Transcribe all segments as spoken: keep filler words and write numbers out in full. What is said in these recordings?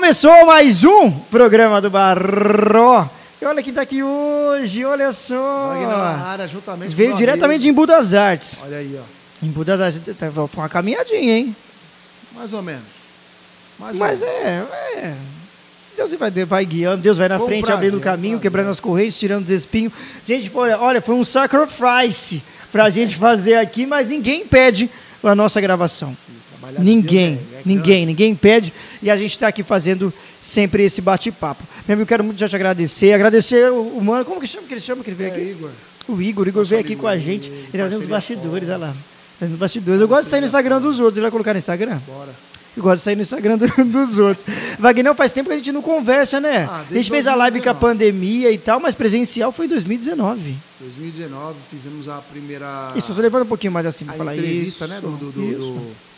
Começou mais um programa do Barro. E olha quem tá aqui hoje, olha só. Área, juntamente Veio com diretamente de Embu das Artes. Olha aí, ó. Embu das Artes, foi uma caminhadinha, hein? Mais ou menos. Mais Mas ou menos. é, é. Deus vai, vai guiando, Deus vai na Foi um frente, prazer, abrindo o caminho, um quebrando as correntes, tirando os espinhos. Gente, foi, olha, foi um sacrifice pra gente fazer aqui, mas ninguém pede a nossa gravação. Ninguém, é, é ninguém, ninguém pede. E a gente está aqui fazendo sempre esse bate-papo. Meu amigo, quero muito já te agradecer. Agradecer o, o mano, como que chama que ele chama que ele veio é, aqui? Igor. O Igor, o Igor Nosso veio aqui amigo com a Igor, gente. Ele vai fazer nos parceria bastidores, foda. olha lá. Fazendo nos bastidores. Eu gosto de sair no Instagram dos outros. Ele vai colocar no Instagram? Bora. Eu gosto de sair no Instagram do, dos outros. Wagner, faz tempo que a gente não conversa, né? Ah, a gente fez a live com a dois mil e dezenove. pandemia e tal, mas presencial foi em dois mil e dezenove. dois mil e dezenove, fizemos a primeira... Isso, só levando um pouquinho mais assim para a falar entrevista, isso. né? Do, do, do, isso. do-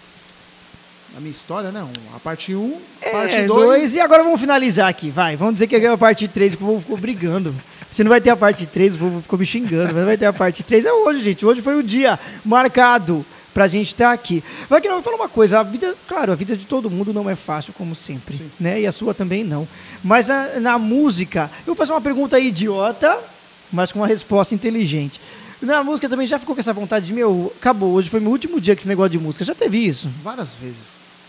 a minha história, né? A parte um, É, parte dois. dois. E agora vamos finalizar aqui, vai. Vamos dizer que é a parte três, que o povo ficou brigando. Se não vai ter a parte três, o povo ficou me xingando. Mas vai ter a parte três. É hoje, gente. Hoje foi o dia marcado pra gente estar aqui. Vai que não, vou falar uma coisa. A vida, claro, a vida de todo mundo não é fácil, como sempre. Sim. Né? E a sua também não. Mas na, na música, eu vou fazer uma pergunta idiota, mas com uma resposta inteligente. Na música também já ficou com essa vontade de, meu, acabou, hoje foi meu último dia com esse negócio de música. Já teve isso? Várias vezes.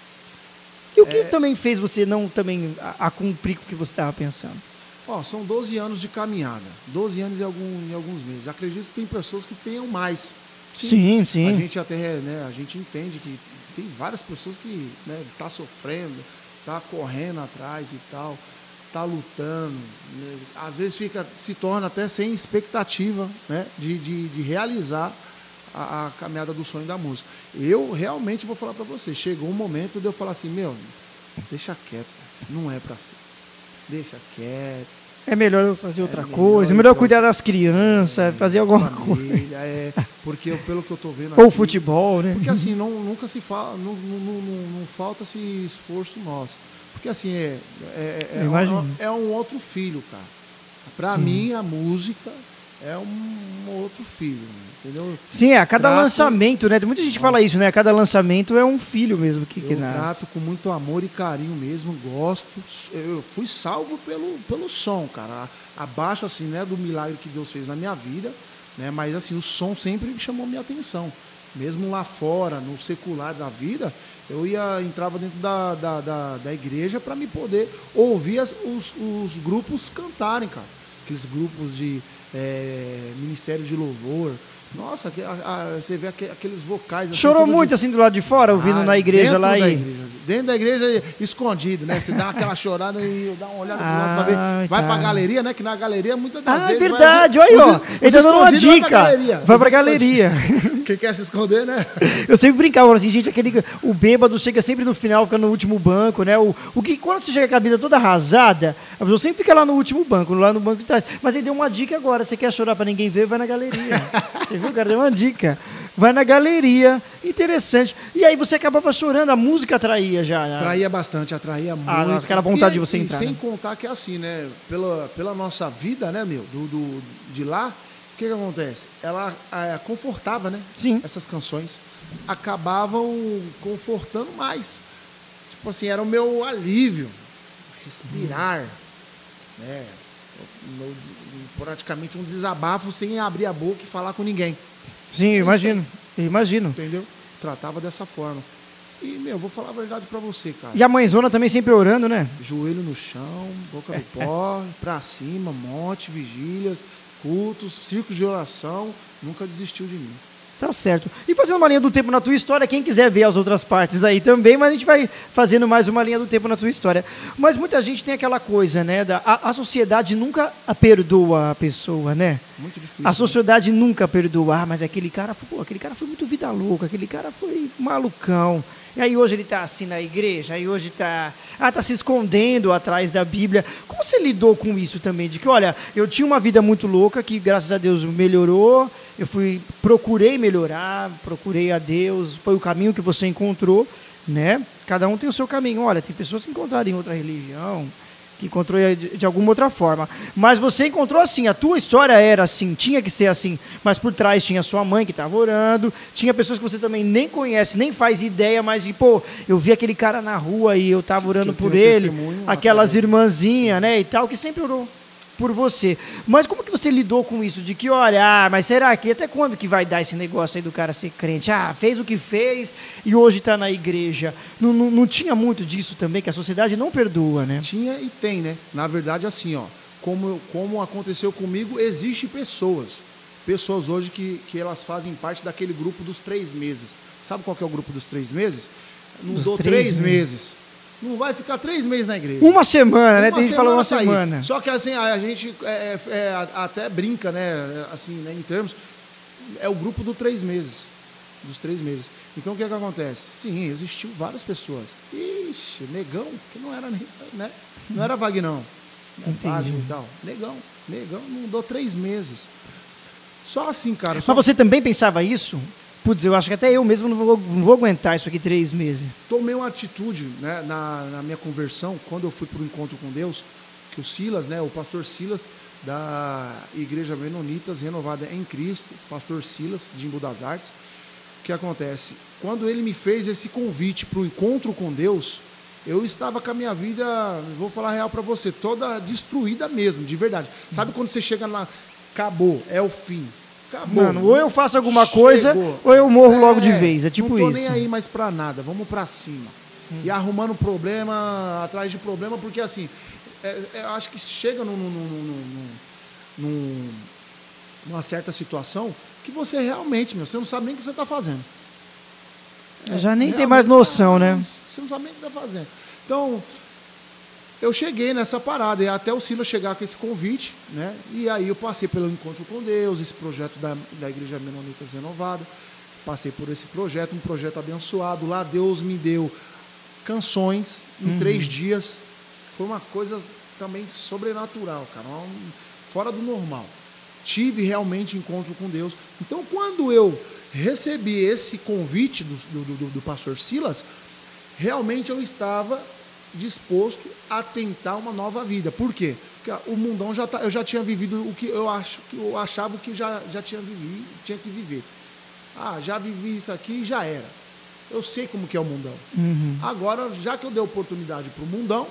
E o que É. também fez você não também a, a cumprir com o que você estava pensando? Ó, são doze anos de caminhada. doze anos em, algum, em alguns meses. Acredito que tem pessoas que tenham mais. Sim, sim. A gente até, né, a gente entende que tem várias pessoas que, né, tá sofrendo, tá correndo atrás e tal, tá lutando, né, às vezes fica, se torna até sem expectativa, né, de, de, de realizar a, a caminhada do sonho da música. Eu realmente vou falar para você, chegou um momento de eu falar assim, meu, deixa quieto, não é para ser, deixa quieto. É melhor eu fazer outra melhor coisa, é melhor então- cuidar das crianças, fazer alguma Família, coisa. é, porque eu, pelo que eu tô vendo Ou aqui, futebol, né? porque assim, não, nunca se fala, não, não, não, não- não falta esse esforço nosso. Porque assim, é, é, é, Eu imagino. um, é um outro filho, cara. Pra Sim. mim, a música é um outro filho, entendeu? Sim, é, a cada Trato- lançamento, né? Muita gente fala isso, né? A cada lançamento é um filho mesmo que, que Eu nasce. trato com muito amor e carinho mesmo, gosto. Eu fui salvo pelo, pelo som, cara. Abaixo, assim, né, do milagre que Deus fez na minha vida, né? Mas, assim, o som sempre chamou minha atenção. Mesmo lá fora, no secular da vida, eu ia, entrava dentro da, da, da, da igreja para me poder ouvir as, os, os grupos cantarem, cara. Aqueles grupos de é, ministério de louvor. Nossa, que- a- a- você vê aque- aqueles vocais. assim, Chorou tudo de- muito assim do lado de fora, ouvindo Ah, na igreja dentro lá da e. igreja. Dentro da igreja, escondido, né? Você dá aquela chorada e dá uma olhada pro lado pra Ah, ver. Vai tá. pra galeria, né? Que na galeria, muitas das Ah, é vezes... vai verdade, os- olha aí, ó. os- os Ele tá dando uma escondidos vai pra dica. galeria. Vai Os pra escondidos. galeria. Quem quer se esconder, né? Eu sempre brincava, falava assim, gente, aquele, o bêbado chega sempre no final, fica no último banco, né? O, o que, quando você chega com a vida toda arrasada, a pessoa sempre fica lá no último banco, lá no banco de trás. Mas ele deu uma dica agora, você quer chorar pra ninguém ver, vai na galeria. Você viu, cara? Deu uma dica. Vai na galeria, interessante. E aí você acabava chorando, a música atraía já. né? Atraía bastante, atraía muito. Ah, nossa, aquela vontade E- de você e entrar, sem né? contar que é assim, né? Pela, pela nossa vida, né, meu? Do, do- de lá, o que que acontece? Ela é, confortava, né? Sim. Essas canções acabavam confortando mais. Tipo assim, era o meu alívio. Respirar, né? Meu- praticamente um desabafo sem abrir a boca e falar com ninguém. Sim, eu imagino, eu imagino. Entendeu? Tratava dessa forma. E, meu, vou falar a verdade pra você, cara. E a mãezona também sempre orando, né? Joelho no chão, boca no pó, pra cima, monte, vigílias, cultos, círculos de oração, nunca desistiu de mim. Tá certo. E fazendo uma linha do tempo na tua história, quem quiser ver as outras partes aí também, mas a gente vai fazendo mais uma linha do tempo na tua história. Mas muita gente tem aquela coisa, né? Da, a, a sociedade nunca a perdoa a pessoa, né? Muito difícil. A sociedade nunca perdoa. Ah, mas aquele cara, pô, aquele cara foi muito vida louca, aquele cara foi malucão. E aí hoje ele está assim na igreja, aí hoje está ah, tá se escondendo atrás da Bíblia. Como você lidou com isso também? De que, olha, eu tinha uma vida muito louca, que graças a Deus melhorou, eu fui, procurei melhorar, procurei a Deus, foi o caminho que você encontrou, né? Cada um tem o seu caminho. Olha, tem pessoas que encontraram em outra religião, que encontrou de, de alguma outra forma. Mas você encontrou assim, a tua história era assim, tinha que ser assim, mas por trás tinha sua mãe que estava orando, tinha pessoas que você também nem conhece, nem faz ideia, mas, pô, eu vi aquele cara na rua e eu estava orando por ele, aquelas irmãzinhas, né, e tal, que sempre orou por você. Mas como que você lidou com isso? De que, olha, ah, mas será que até quando que vai dar esse negócio aí do cara ser crente? Ah, fez o que fez e hoje está na igreja. Não, não, não tinha muito disso também, que a sociedade não perdoa, né? Tinha e tem, né? Na verdade, assim, ó, como, como aconteceu comigo, existem pessoas. Pessoas hoje que, que elas fazem parte daquele grupo dos três meses. Sabe qual que é o grupo dos três meses? Não Dos dou três três meses. Não vai ficar três meses na igreja. Uma semana, né? Uma Tem gente que fala uma tá aí. semana. Só que assim, a gente é, é, é, até brinca, né? Assim, né, em termos, é o grupo dos três meses. Dos três meses. Então o que é que acontece? Sim, existiu várias pessoas. Ixi, negão, que não era, né? Não era Vagnão. Entendi. E tal. Negão, negão, não dou três meses. Só assim, cara. Só... Mas você também pensava isso? Putz, eu acho que até eu mesmo não vou, não vou aguentar isso aqui três meses. Tomei uma atitude, né, na, na minha conversão, quando eu fui para o encontro com Deus, que o Silas, né, o pastor Silas, da Igreja Menonitas Renovada em Cristo, pastor Silas, de Embu das Artes, o que acontece? Quando ele me fez esse convite para o encontro com Deus, eu estava com a minha vida, vou falar a real para você, toda destruída mesmo, de verdade. Sabe quando você chega lá, acabou, é o fim. Acabou. Mano, ou eu faço alguma Chegou. coisa, ou eu morro é, logo de vez. É tipo isso. Não tô nem aí mais pra nada, vamos pra cima. Hum. E arrumando problema, atrás de problema, porque assim, é, é, eu acho que chega num, num, num, num, numa certa situação que você realmente, meu, você não sabe nem o que você tá fazendo. É, já nem realmente, tem mais noção, né? Você não sabe nem o que tá fazendo. Então, eu cheguei nessa parada, e até o Silas chegar com esse convite, né? E aí eu passei pelo encontro com Deus, esse projeto da, da Igreja Menonitas Renovada, passei por esse projeto, um projeto abençoado. Lá Deus me deu canções em uhum. três dias. Foi uma coisa também sobrenatural, cara, um, fora do normal. Tive realmente encontro com Deus. Então, quando eu recebi esse convite do, do, do, do pastor Silas, realmente eu estava disposto a tentar uma nova vida. Por quê? Porque o mundão já tá, eu já tinha vivido o que eu acho que eu achava que já, já tinha vivido, tinha que viver. Ah, já vivi isso aqui e já era. Eu sei como que é o mundão. Uhum. Agora, já que eu dei oportunidade para o mundão,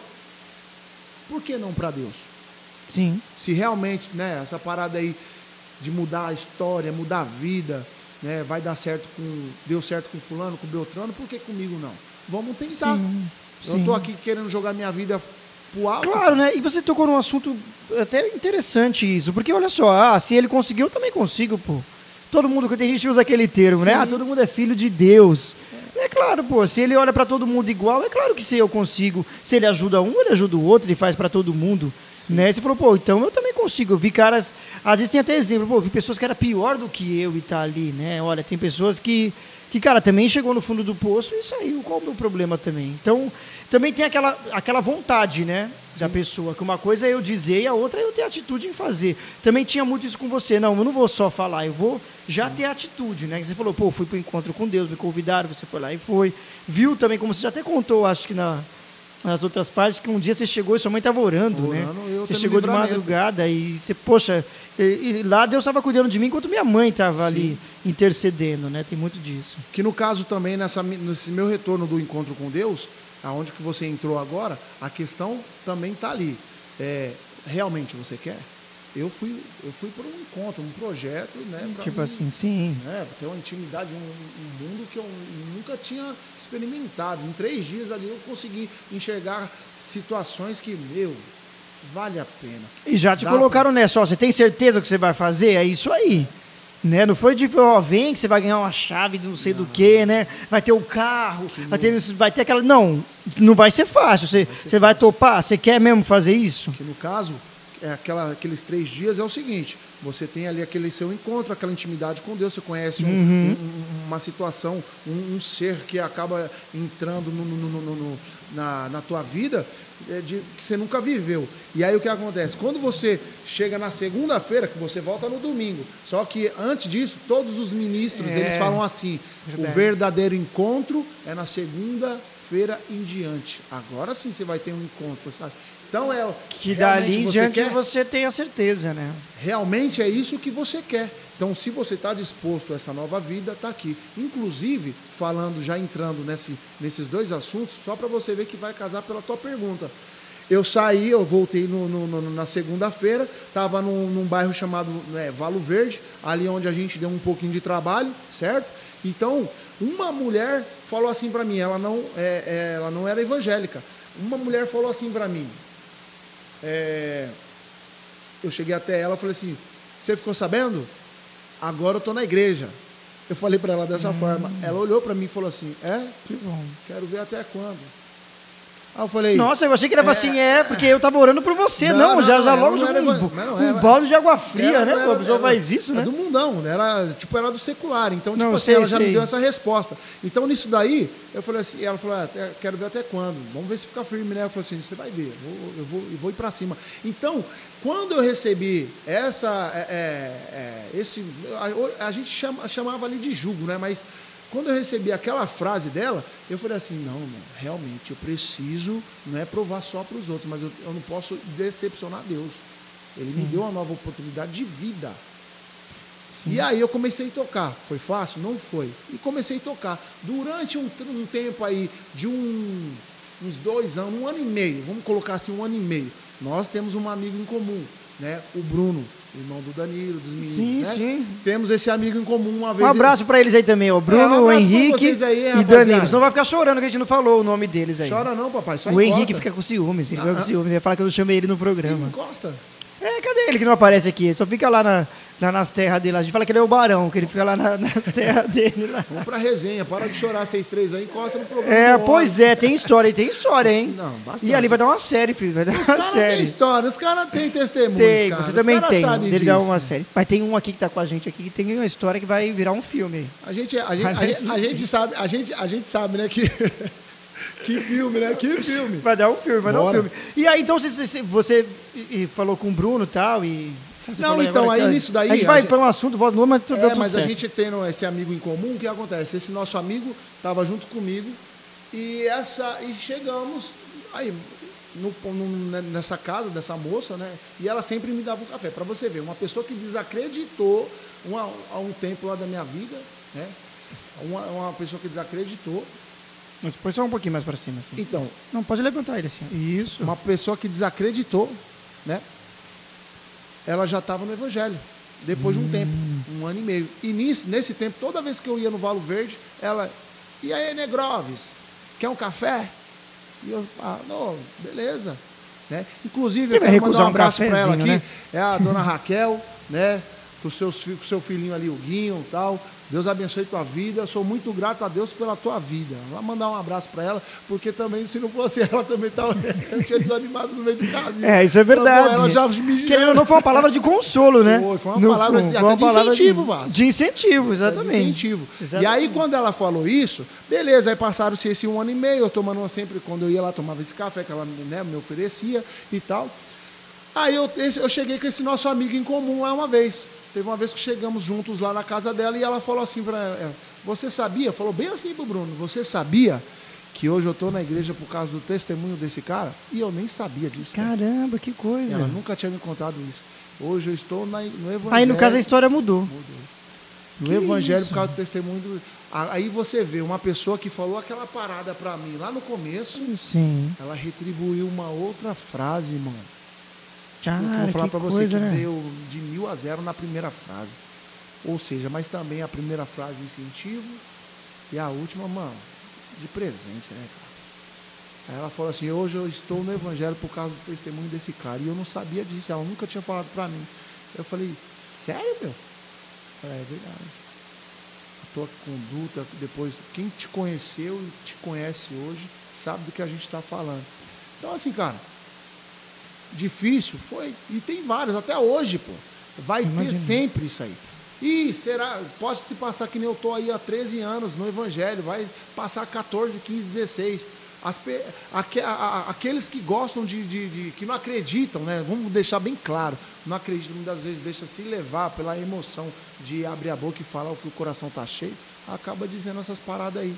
por que não para Deus? Sim. Se realmente, né, essa parada aí de mudar a história, mudar a vida, né, vai dar certo com, deu certo com fulano, com Beltrano, por que comigo não? Vamos tentar. Sim. Eu estou aqui querendo jogar minha vida pro alto. Claro, né? E você tocou num assunto até interessante isso. Porque olha só, ah, se ele conseguiu, eu também consigo, pô. Todo mundo, tem gente que usa aquele termo, Sim. né? Ah, todo mundo é filho de Deus. É. é claro, pô, se ele olha para todo mundo igual, é claro que se eu consigo. Se ele ajuda um, ele ajuda o outro, ele faz para todo mundo. Né? Você falou, pô, então eu também consigo. Eu vi caras, às vezes tem até exemplo, pô, eu vi pessoas que eram pior do que eu e tá ali, né? Olha, tem pessoas que, que, cara, também chegou no fundo do poço e saiu. Qual é o meu problema também? Então, também tem aquela, aquela vontade, né, Sim. da pessoa, que uma coisa é eu dizer e a outra é eu ter atitude em fazer. Também tinha muito isso com você. Não, eu não vou só falar, eu vou já Sim. ter atitude, né? Você falou, pô, fui pro encontro com Deus, me convidaram, você foi lá e foi. Viu também, como você já até contou, acho que na... nas outras partes, que um dia você chegou e sua mãe estava orando, orando, né? Você chegou de madrugada e você, poxa, e, e lá Deus estava cuidando de mim enquanto minha mãe estava ali intercedendo, né? Tem muito disso. Que no caso também, nessa, nesse meu retorno do encontro com Deus, aonde que você entrou agora, a questão também está ali. É, realmente você quer? Eu fui, eu fui para um encontro, um projeto, né? Tipo mim, assim, sim. Né, ter uma intimidade, um, um mundo que eu nunca tinha experimentado. Em três dias ali eu consegui enxergar situações que, meu, vale a pena. E já te Dá colocaram pra... nessa, ó, você tem certeza que você vai fazer? É isso aí. Né? Não foi de, ó, vem que você vai ganhar uma chave de não sei não. do que, né? Vai ter o um carro, vai ter, vai ter aquela... Não, não vai ser fácil. Você vai, ser você fácil. vai topar? Você quer mesmo fazer isso? Que no caso... É aquela, aqueles três dias é o seguinte, você tem ali aquele seu encontro, aquela intimidade com Deus, você conhece um, uhum. um, uma situação, um, um ser que acaba entrando no, no, no, no, na, na tua vida é de, que você nunca viveu. E aí o que acontece? Quando você chega na segunda-feira, que você volta no domingo, só que antes disso, todos os ministros, é. eles falam assim, Verdade. o verdadeiro encontro é na segunda-feira em diante. Agora sim você vai ter um encontro, sabe? Então é Que realmente dali em você diante quer? você tem a certeza, né? Realmente é isso que você quer. Então, se você está disposto a essa nova vida, está aqui. Inclusive, falando, já entrando nesse, nesses dois assuntos, só para você ver que vai casar pela tua pergunta. Eu saí, eu voltei no, no, no, na segunda-feira, estava num, num bairro chamado é, Valo Verde, ali onde a gente deu um pouquinho de trabalho, certo? Então, uma mulher falou assim para mim, ela não, é, é, ela não era evangélica. Uma mulher falou assim para mim, é, eu cheguei até ela e falei assim, você ficou sabendo? Agora eu estou na igreja. Eu falei para ela dessa hum. forma. Ela olhou para mim e falou assim, é? Que bom. Quero ver até quando. Aí eu falei... Nossa, eu achei que ele ia falar assim, é, porque eu estava orando por você. Não, não, não já, já logo jogou um, um, um balde de água fria, né? Era, a pessoa era, faz isso, né? do mundão, era, tipo, era do secular. Então, não, tipo assim, sei, ela já sei. me deu essa resposta. Então, nisso daí, eu falei assim, ela falou, ah, quero ver até quando. Vamos ver se fica firme, né? Eu falei assim, você vai ver, eu vou, eu vou, eu vou ir para cima. Então, quando eu recebi essa, é, é, esse, a, a gente chama, chamava ali de jugo, né? Mas quando eu recebi aquela frase dela, eu falei assim, não, não realmente, eu preciso, não é provar só para os outros, mas eu, eu não posso decepcionar Deus. Ele Sim. me deu uma nova oportunidade de vida. Sim. E aí eu comecei a tocar. Foi fácil? Não foi. E comecei a tocar. Durante um, um tempo aí de um, uns dois anos, um ano e meio, vamos colocar assim, um ano e meio, nós temos um amigo em comum, né? O Bruno, irmão do Danilo, dos meninos, sim, né? Sim. Temos esse amigo em comum uma vez. Um abraço ele... para eles aí também, o Bruno, é, um o Henrique aí, e Danilo. Senão vai ficar chorando que a gente não falou o nome deles aí. Chora não, papai, só O encosta. Henrique fica com ciúmes, ele ah, fica com ciúmes, ele vai falar que eu não chamei ele no programa. Ele encosta. É, cadê ele que não aparece aqui? Ele só fica lá, na, lá nas terras dele. A gente fala que ele é o barão, que ele fica lá na, nas terras dele. Lá. Vamos pra resenha, para de chorar, vocês três aí, encosta no programa. É, pois é, tem história, tem história, hein? Não, bastante. E ali vai dar uma série, filho, vai dar os uma série. Tem história, os caras têm testemunhos, tem, cara. você também tem, dele dar uma disso. série. Mas tem um aqui que tá com a gente aqui, que tem uma história que vai virar um filme aí. A gente, a gente, a gente, a gente sabe, a gente, a gente sabe, né, que... Que filme, né? Que filme. Vai dar um filme, vai Bora. dar um filme. E aí, então, você, você falou com o Bruno e tal, e... Não, então, aí nisso daí... A gente vai para um assunto, volta no mas tudo, é, tudo mas certo. a gente tendo esse amigo em comum, o que acontece? Esse nosso amigo estava junto comigo e, essa, e chegamos aí no, no, nessa casa dessa moça, né? E ela sempre me dava um café. Para você ver, uma pessoa que desacreditou uma, há um tempo lá da minha vida, né? Uma, uma pessoa que desacreditou. Mas põe só um pouquinho mais para cima, assim. Então... Não, pode levantar ele assim. Isso. Uma pessoa que desacreditou, né? Ela já estava no Evangelho, depois hum. de um tempo, um ano e meio. E nisso, nesse tempo, toda vez que eu ia no Valo Verde, ela... E aí, Negroves, quer um café? E eu, ah, não, beleza. Né? Inclusive, eu quero mandar um abraço um para ela aqui. Né? É a dona Raquel, né? Com o seu, com seu filhinho ali, o Guinho e tal. Deus abençoe tua vida, eu sou muito grato a Deus pela tua vida. Vou mandar um abraço para ela, porque também, se não fosse ela, também tava, eu tinha desanimado no meio do caminho. É, isso é verdade. Ela já me... Querendo ou não, foi uma palavra de consolo, né? Foi, foi uma no, palavra de, até de incentivo, Vasco. De incentivo, exatamente. De incentivo. Exatamente. E aí, quando ela falou isso, beleza, aí passaram-se esse um ano e meio, eu tomando sempre, quando eu ia lá, tomava esse café que ela, né, me oferecia e tal. Aí eu, eu cheguei com esse nosso amigo em comum lá uma vez. Teve uma vez que chegamos juntos lá na casa dela e ela falou assim para ela, você sabia? Falou bem assim pro Bruno, você sabia que hoje eu estou na igreja por causa do testemunho desse cara? E eu nem sabia disso. Caramba, cara. Que coisa. Ela nunca tinha me contado isso. Hoje eu estou na, no Evangelho. Aí no caso a história mudou. Mudou. No que Evangelho isso? Por causa do testemunho do... Aí você vê uma pessoa que falou aquela parada para mim lá no começo. Sim. Ela retribuiu uma outra frase, irmão. Cara, eu vou falar para você coisa, que né? deu de mil a zero na primeira frase. Ou seja, mas também a primeira frase incentivo e a última, mano, de presente, né, cara? Aí ela falou assim, hoje eu estou no Evangelho por causa do testemunho desse cara. E eu não sabia disso, ela nunca tinha falado para mim. Eu falei, sério, meu? É, é verdade. A tua conduta, depois, quem te conheceu e te conhece hoje, sabe do que a gente está falando. Então, assim, cara, difícil, foi, e tem vários, até hoje, pô, vai Imagina. ter sempre isso aí. E será, pode se passar que nem eu estou aí há treze anos no Evangelho, vai passar catorze, quinze, dezesseis. As, aqu, a, a, aqueles que gostam de, de, de, que não acreditam, né? Vamos deixar bem claro, não acreditam, muitas vezes deixa se levar pela emoção de abrir a boca e falar o que o coração está cheio, acaba dizendo essas paradas aí.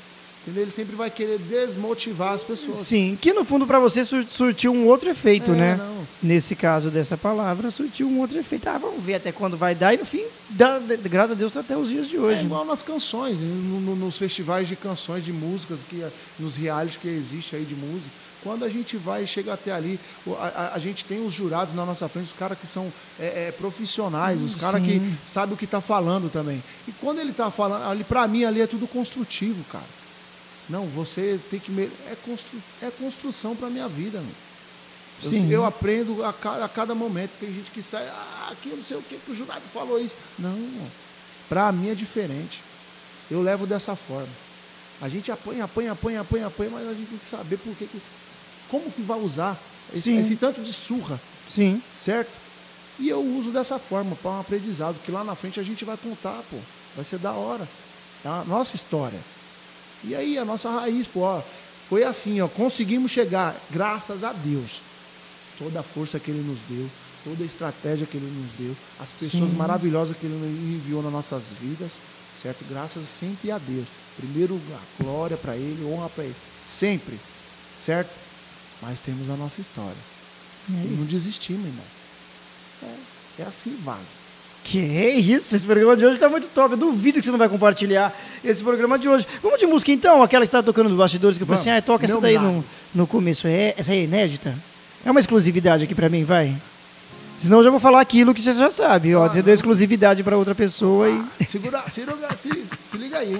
Entendeu? Ele sempre vai querer desmotivar as pessoas. Sim, que no fundo para você sur- surtiu um outro efeito, É, né? não. Nesse caso dessa palavra, surtiu um outro efeito. Ah, vamos ver até quando vai dar. E no fim, dá, de- graças a Deus, tá até os dias de É hoje. igual nas canções, no- no- nos festivais de canções, de músicas, que, nos reality que existe aí de música. Quando a gente vai e chega até ali, o- a, a- a gente tem os jurados na nossa frente, os caras que são é, é, profissionais, os caras que Sim. sabem o que está falando também. E quando ele está falando, ali, para mim ali é tudo construtivo, cara. Não, você tem que... Me... É, constru... é construção para a minha vida, meu. Eu, Sim. eu aprendo a cada, a cada momento. Tem gente que sai, ah, aqui eu não sei o que, que o jurado falou isso. Não, para mim é diferente. Eu levo dessa forma. A gente apanha, apanha, apanha, apanha, apanha, mas a gente tem que saber por que, que como que vai usar esse, Sim. esse tanto de surra, Sim. certo? E eu uso dessa forma, para um aprendizado, que lá na frente a gente vai contar, pô. Vai ser da hora. É a nossa história. E aí, a nossa raiz, pô, ó, foi assim, ó, conseguimos chegar, graças a Deus. Toda a força que Ele nos deu, toda a estratégia que Ele nos deu, as pessoas Sim. maravilhosas que Ele enviou nas nossas vidas, certo? Graças sempre a Deus. Primeiro, a glória para Ele, honra para Ele, sempre, certo? Mas temos a nossa história. E não desistimos, irmão. É, é assim, vaso. Que é isso, esse programa de hoje tá muito top. Eu duvido que você não vai compartilhar esse programa de hoje. Vamos de música então, aquela que estava tocando nos bastidores, que eu falei assim, Vamos. ah, toca essa Meu daí no, milagre. no começo. É, essa aí é inédita? É uma exclusividade aqui pra mim, vai? Senão eu já vou falar aquilo que você já sabe, ó. Ah, Você deu não. exclusividade pra outra pessoa e... Segura, segura, se, se liga aí, hein?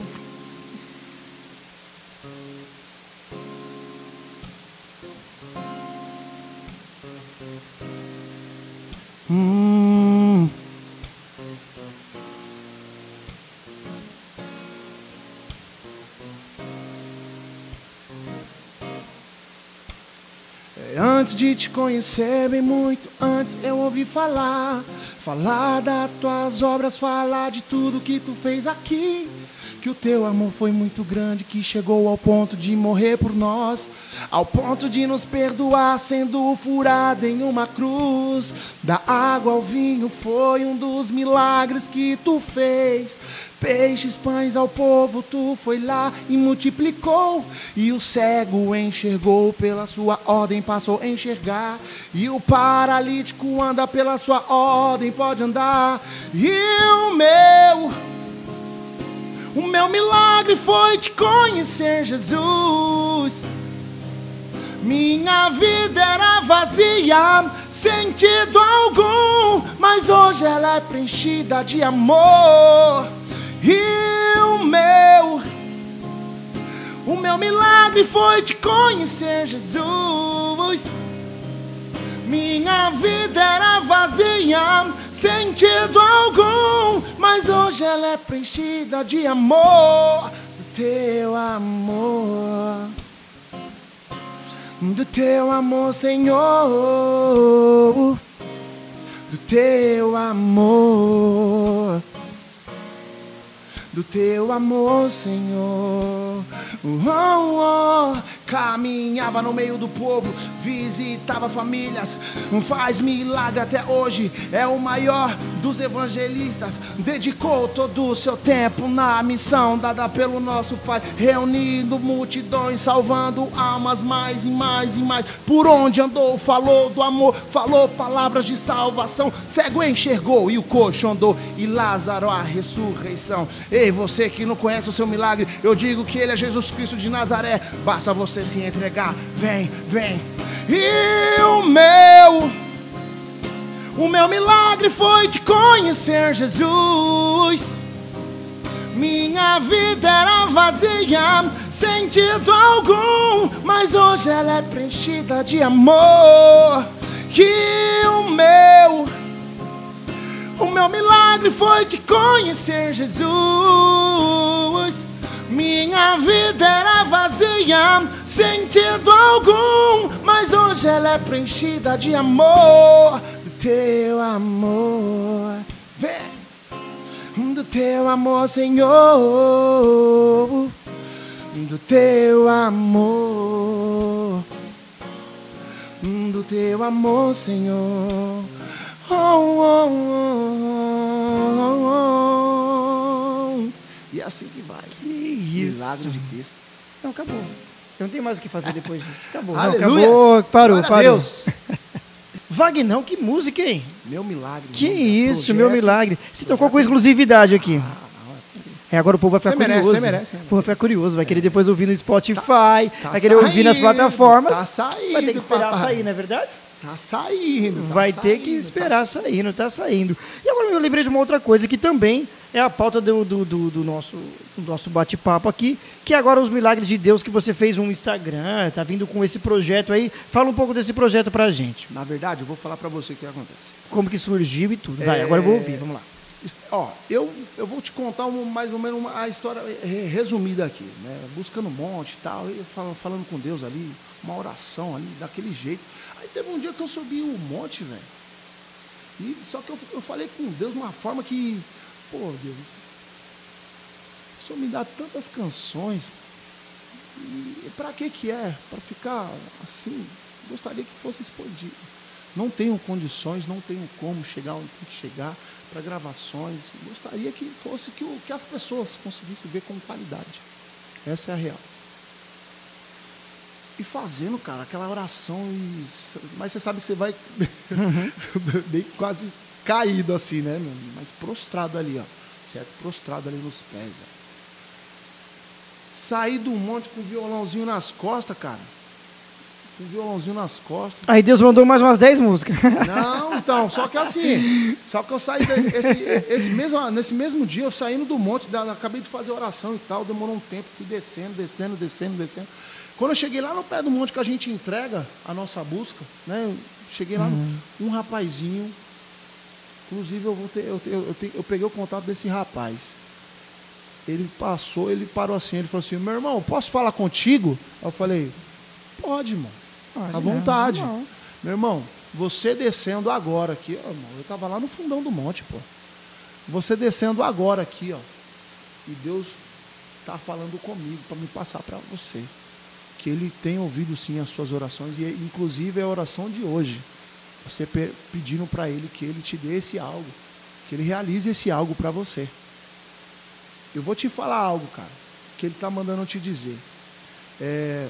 Hum. É, antes de te conhecer bem muito, antes eu ouvi falar, falar das tuas obras, falar de tudo que tu fez aqui. Que o teu amor foi muito grande, que chegou ao ponto de morrer por nós, ao ponto de nos perdoar, sendo furado em uma cruz. Da água ao vinho foi um dos milagres que tu fez. Peixes, pães ao povo, tu foi lá e multiplicou. E o cego enxergou, pela sua ordem passou a enxergar. E o paralítico anda pela sua ordem, pode andar. E o meu... O meu milagre foi te conhecer, Jesus. Minha vida era vazia, sentido algum, mas hoje ela é preenchida de amor. E o meu, o meu milagre foi te conhecer, Jesus. Minha vida era vazia, sentido algum, mas hoje ela é preenchida de amor, do teu amor, do teu amor, Senhor, do teu amor, do teu amor, Senhor. Oh, oh. Caminhava no meio do povo, visitava famílias, faz milagre até hoje, é o maior dos evangelistas. Dedicou todo o seu tempo na missão dada pelo nosso Pai, reunindo multidões, salvando almas mais e mais e mais. Por onde andou, falou do amor, falou palavras de salvação. Cego enxergou e o coxo andou, e Lázaro a ressurreição. Ei, você que não conhece o seu milagre, eu digo que ele é Jesus Cristo de Nazaré. Basta você se entregar, vem, vem. E o meu, o meu milagre foi te conhecer, Jesus. Minha vida era vazia, sentido algum, mas hoje ela é preenchida de amor. E o meu, o meu milagre foi te conhecer, Jesus. Minha vida era vazia, sentido algum, mas hoje ela é preenchida de amor, do teu amor. Vem, do teu amor, Senhor, do teu amor, do teu amor, Senhor. Oh, oh, oh, oh, oh. E é assim que vai. Que isso. Milagre de texto. Não, acabou. Eu não tenho mais o que fazer depois disso. Acabou. Não, Aleluia. acabou. Parou, Glória a parou. Deus. Vagnão, que música, hein? Meu milagre. Que meu isso, projeto. meu milagre. Você tocou com exclusividade aqui. É, agora o povo vai ficar Você merece, curioso. você merece, O povo vai ficar curioso, vai querer depois ouvir no Spotify, tá vai querer ouvir nas saindo, plataformas. tá saindo, vai ter que esperar papai. sair, não é verdade? Tá saindo. Tá vai ter que saindo, esperar sair, não está saindo. E agora eu lembrei de uma outra coisa que também é a pauta do, do, do, do nosso, do nosso bate-papo aqui, que é agora os milagres de Deus, que você fez um Instagram, tá vindo com esse projeto aí. Fala um pouco desse projeto pra gente. Na verdade, eu vou falar pra você o que acontece. Como que surgiu e tudo. Vai, É, agora eu vou ouvir, vamos lá. Ó, eu, eu vou te contar um, mais ou menos uma, a história re- resumida aqui, né? Buscando um monte e tal, eu fal- falando com Deus ali, uma oração ali, daquele jeito. Aí teve um dia que eu subi um monte, velho. E só que eu, eu falei com Deus de uma forma que, pô, Deus, o Senhor me dá tantas canções, e pra que que é? Pra ficar assim? Gostaria que fosse expandido. Não tenho condições, não tenho como chegar onde tem que chegar para gravações. Gostaria que fosse que, o, que as pessoas conseguissem ver com qualidade. Essa é a real. E fazendo, cara, aquela oração. E, mas você sabe que você vai Uhum. bem quase caído assim, né? Meu? Mas prostrado ali, ó. Certo? Prostrado ali nos pés, velho. Saí do monte com o violãozinho nas costas, cara. Com o violãozinho nas costas. Aí Deus mandou mais umas dez músicas. Não, então, só que assim, só que eu saí desse, esse, esse mesmo, nesse mesmo dia, eu saindo do monte, da, acabei de fazer oração e tal, demorou um tempo, fui descendo, descendo, descendo, descendo. Quando eu cheguei lá no pé do monte que a gente entrega a nossa busca, né? Eu cheguei lá, Uhum. um rapazinho, inclusive eu, vou ter, eu, eu, eu, te- eu peguei o contato desse rapaz. Ele passou, ele parou assim, ele falou assim, meu irmão, posso falar contigo? Eu falei, pode, irmão. À vontade. Não. Meu irmão, você descendo agora aqui, ó, irmão, eu estava lá no fundão do monte, pô. Você descendo agora aqui, ó. E Deus está falando comigo para me passar para você. Que Ele tem ouvido sim as suas orações, e inclusive é a oração de hoje. Você pe- pedindo para Ele que Ele te dê esse algo. Que Ele realize esse algo para você. Eu vou te falar algo, cara, que Ele está mandando eu te dizer. É...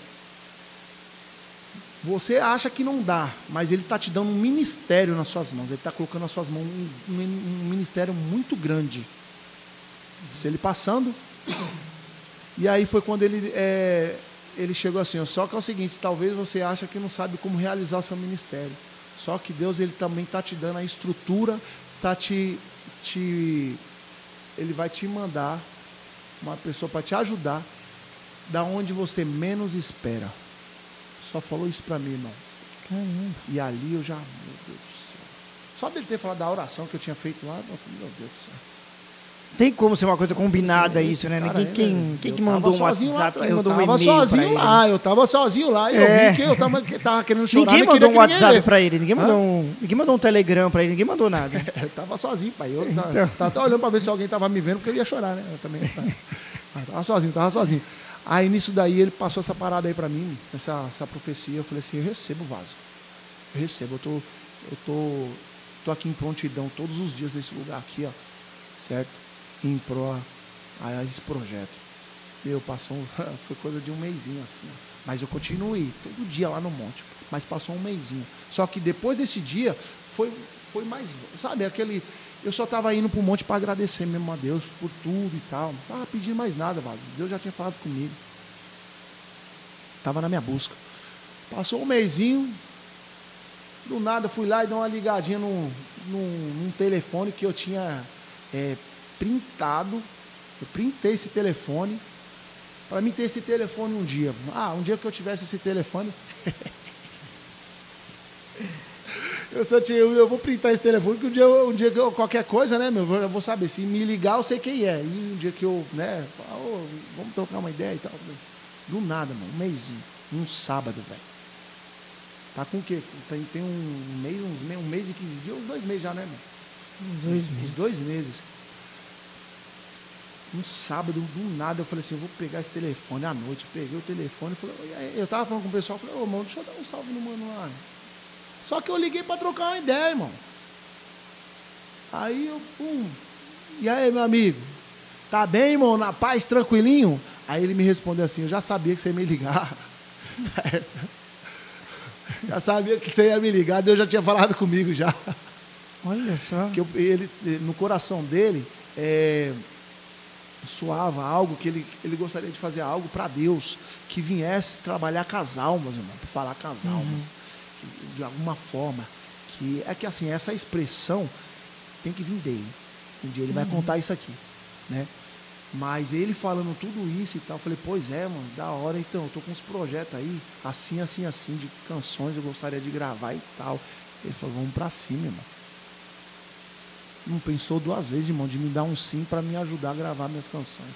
Você acha que não dá, mas Ele está te dando um ministério nas suas mãos. Ele está colocando nas suas mãos um, um, um ministério muito grande. Se Ele passando. E aí foi quando Ele, é, ele chegou assim, ó, só que é o seguinte, talvez você acha que não sabe como realizar o seu ministério. Só que Deus Ele também está te dando a estrutura, tá te, te, Ele vai te mandar uma pessoa para te ajudar da onde você menos espera. Só falou isso para mim, irmão. Caramba. E ali eu já, meu Deus do céu. Só dele ter falado da oração que eu tinha feito lá, eu falei, meu Deus do céu. Tem como ser uma coisa combinada Esse isso, né? cara Ninguém, aí, quem, né? quem Eu que mandou um tava sozinho lá WhatsApp, atrás, quem mandou um Eu tava e-mail pra sozinho ele? lá, eu tava sozinho lá, e eu É. vi que eu tava, que tava querendo chorar. Ninguém mas mandou um queria que ninguém WhatsApp vê. pra ele, ninguém Hã? mandou um, ninguém mandou um Telegram pra ele, ninguém mandou nada. Eu tava sozinho, pai. Eu tava, Então. tava até olhando para ver se alguém tava me vendo, porque eu ia chorar, né? Eu também tava, tava sozinho, tava sozinho. Aí nisso daí ele passou essa parada aí para mim, essa, essa profecia. Eu falei assim, eu recebo o vaso. Eu recebo, eu tô, eu tô, tô aqui em prontidão todos os dias nesse lugar aqui, ó. Certo? Em pró a esse projeto. Meu, passou, um, foi coisa de um mêsinho assim, ó. Mas eu continuei todo dia lá no monte. Mas passou um mêsinho. Só que depois desse dia, foi, foi mais, sabe, aquele... Eu só estava indo para o monte para agradecer mesmo a Deus por tudo e tal. Não estava pedindo mais nada, Vaso. Deus já tinha falado comigo. Estava na minha busca. Passou um mêsinho. Do nada fui lá e dei uma ligadinha num, num, num telefone que eu tinha é, printado. Eu printei esse telefone. Para mim ter esse telefone um dia. Ah, um dia que eu tivesse esse telefone... Eu, só tinha, eu vou printar esse telefone, que um dia, um dia que eu, qualquer coisa, né, meu, eu vou saber. Se me ligar, eu sei quem é. E um dia que eu, né, falo, oh, vamos trocar uma ideia e tal. Do nada, mano, um mêsinho, um sábado, velho. Tá com o quê? Tem, tem um mês, uns, um mês e quinze dias, uns dois meses já, né, mano? Dois Uns meses. dois meses. Um sábado, do nada, eu falei assim, eu vou pegar esse telefone à noite. Peguei o telefone e falei, eu tava falando com o pessoal, falei, ô, mano, deixa eu dar um salve no mano lá. Só que eu liguei para trocar uma ideia, irmão. Aí eu, pum. E aí, meu amigo? Tá bem, irmão? Na paz, tranquilinho? Aí ele me respondeu assim, eu já sabia que você ia me ligar. Já sabia que você ia me ligar, Deus já tinha falado comigo já. Olha só. Que eu, ele, no coração dele, é, soava algo que ele, ele gostaria de fazer algo para Deus, que viesse trabalhar com as almas, irmão, para falar com as almas, Uhum. que, de alguma forma. Que é que assim, essa expressão tem que vir dele. Um dia ele vai Uhum. contar isso aqui, né? Mas ele falando tudo isso e tal, eu falei, pois é, mano, da hora, então, eu tô com uns projetos aí, assim, assim, assim, de canções, eu gostaria de gravar e tal. Ele falou, vamos pra cima, irmão. Não pensou duas vezes, irmão, de me dar um sim para me ajudar a gravar minhas canções.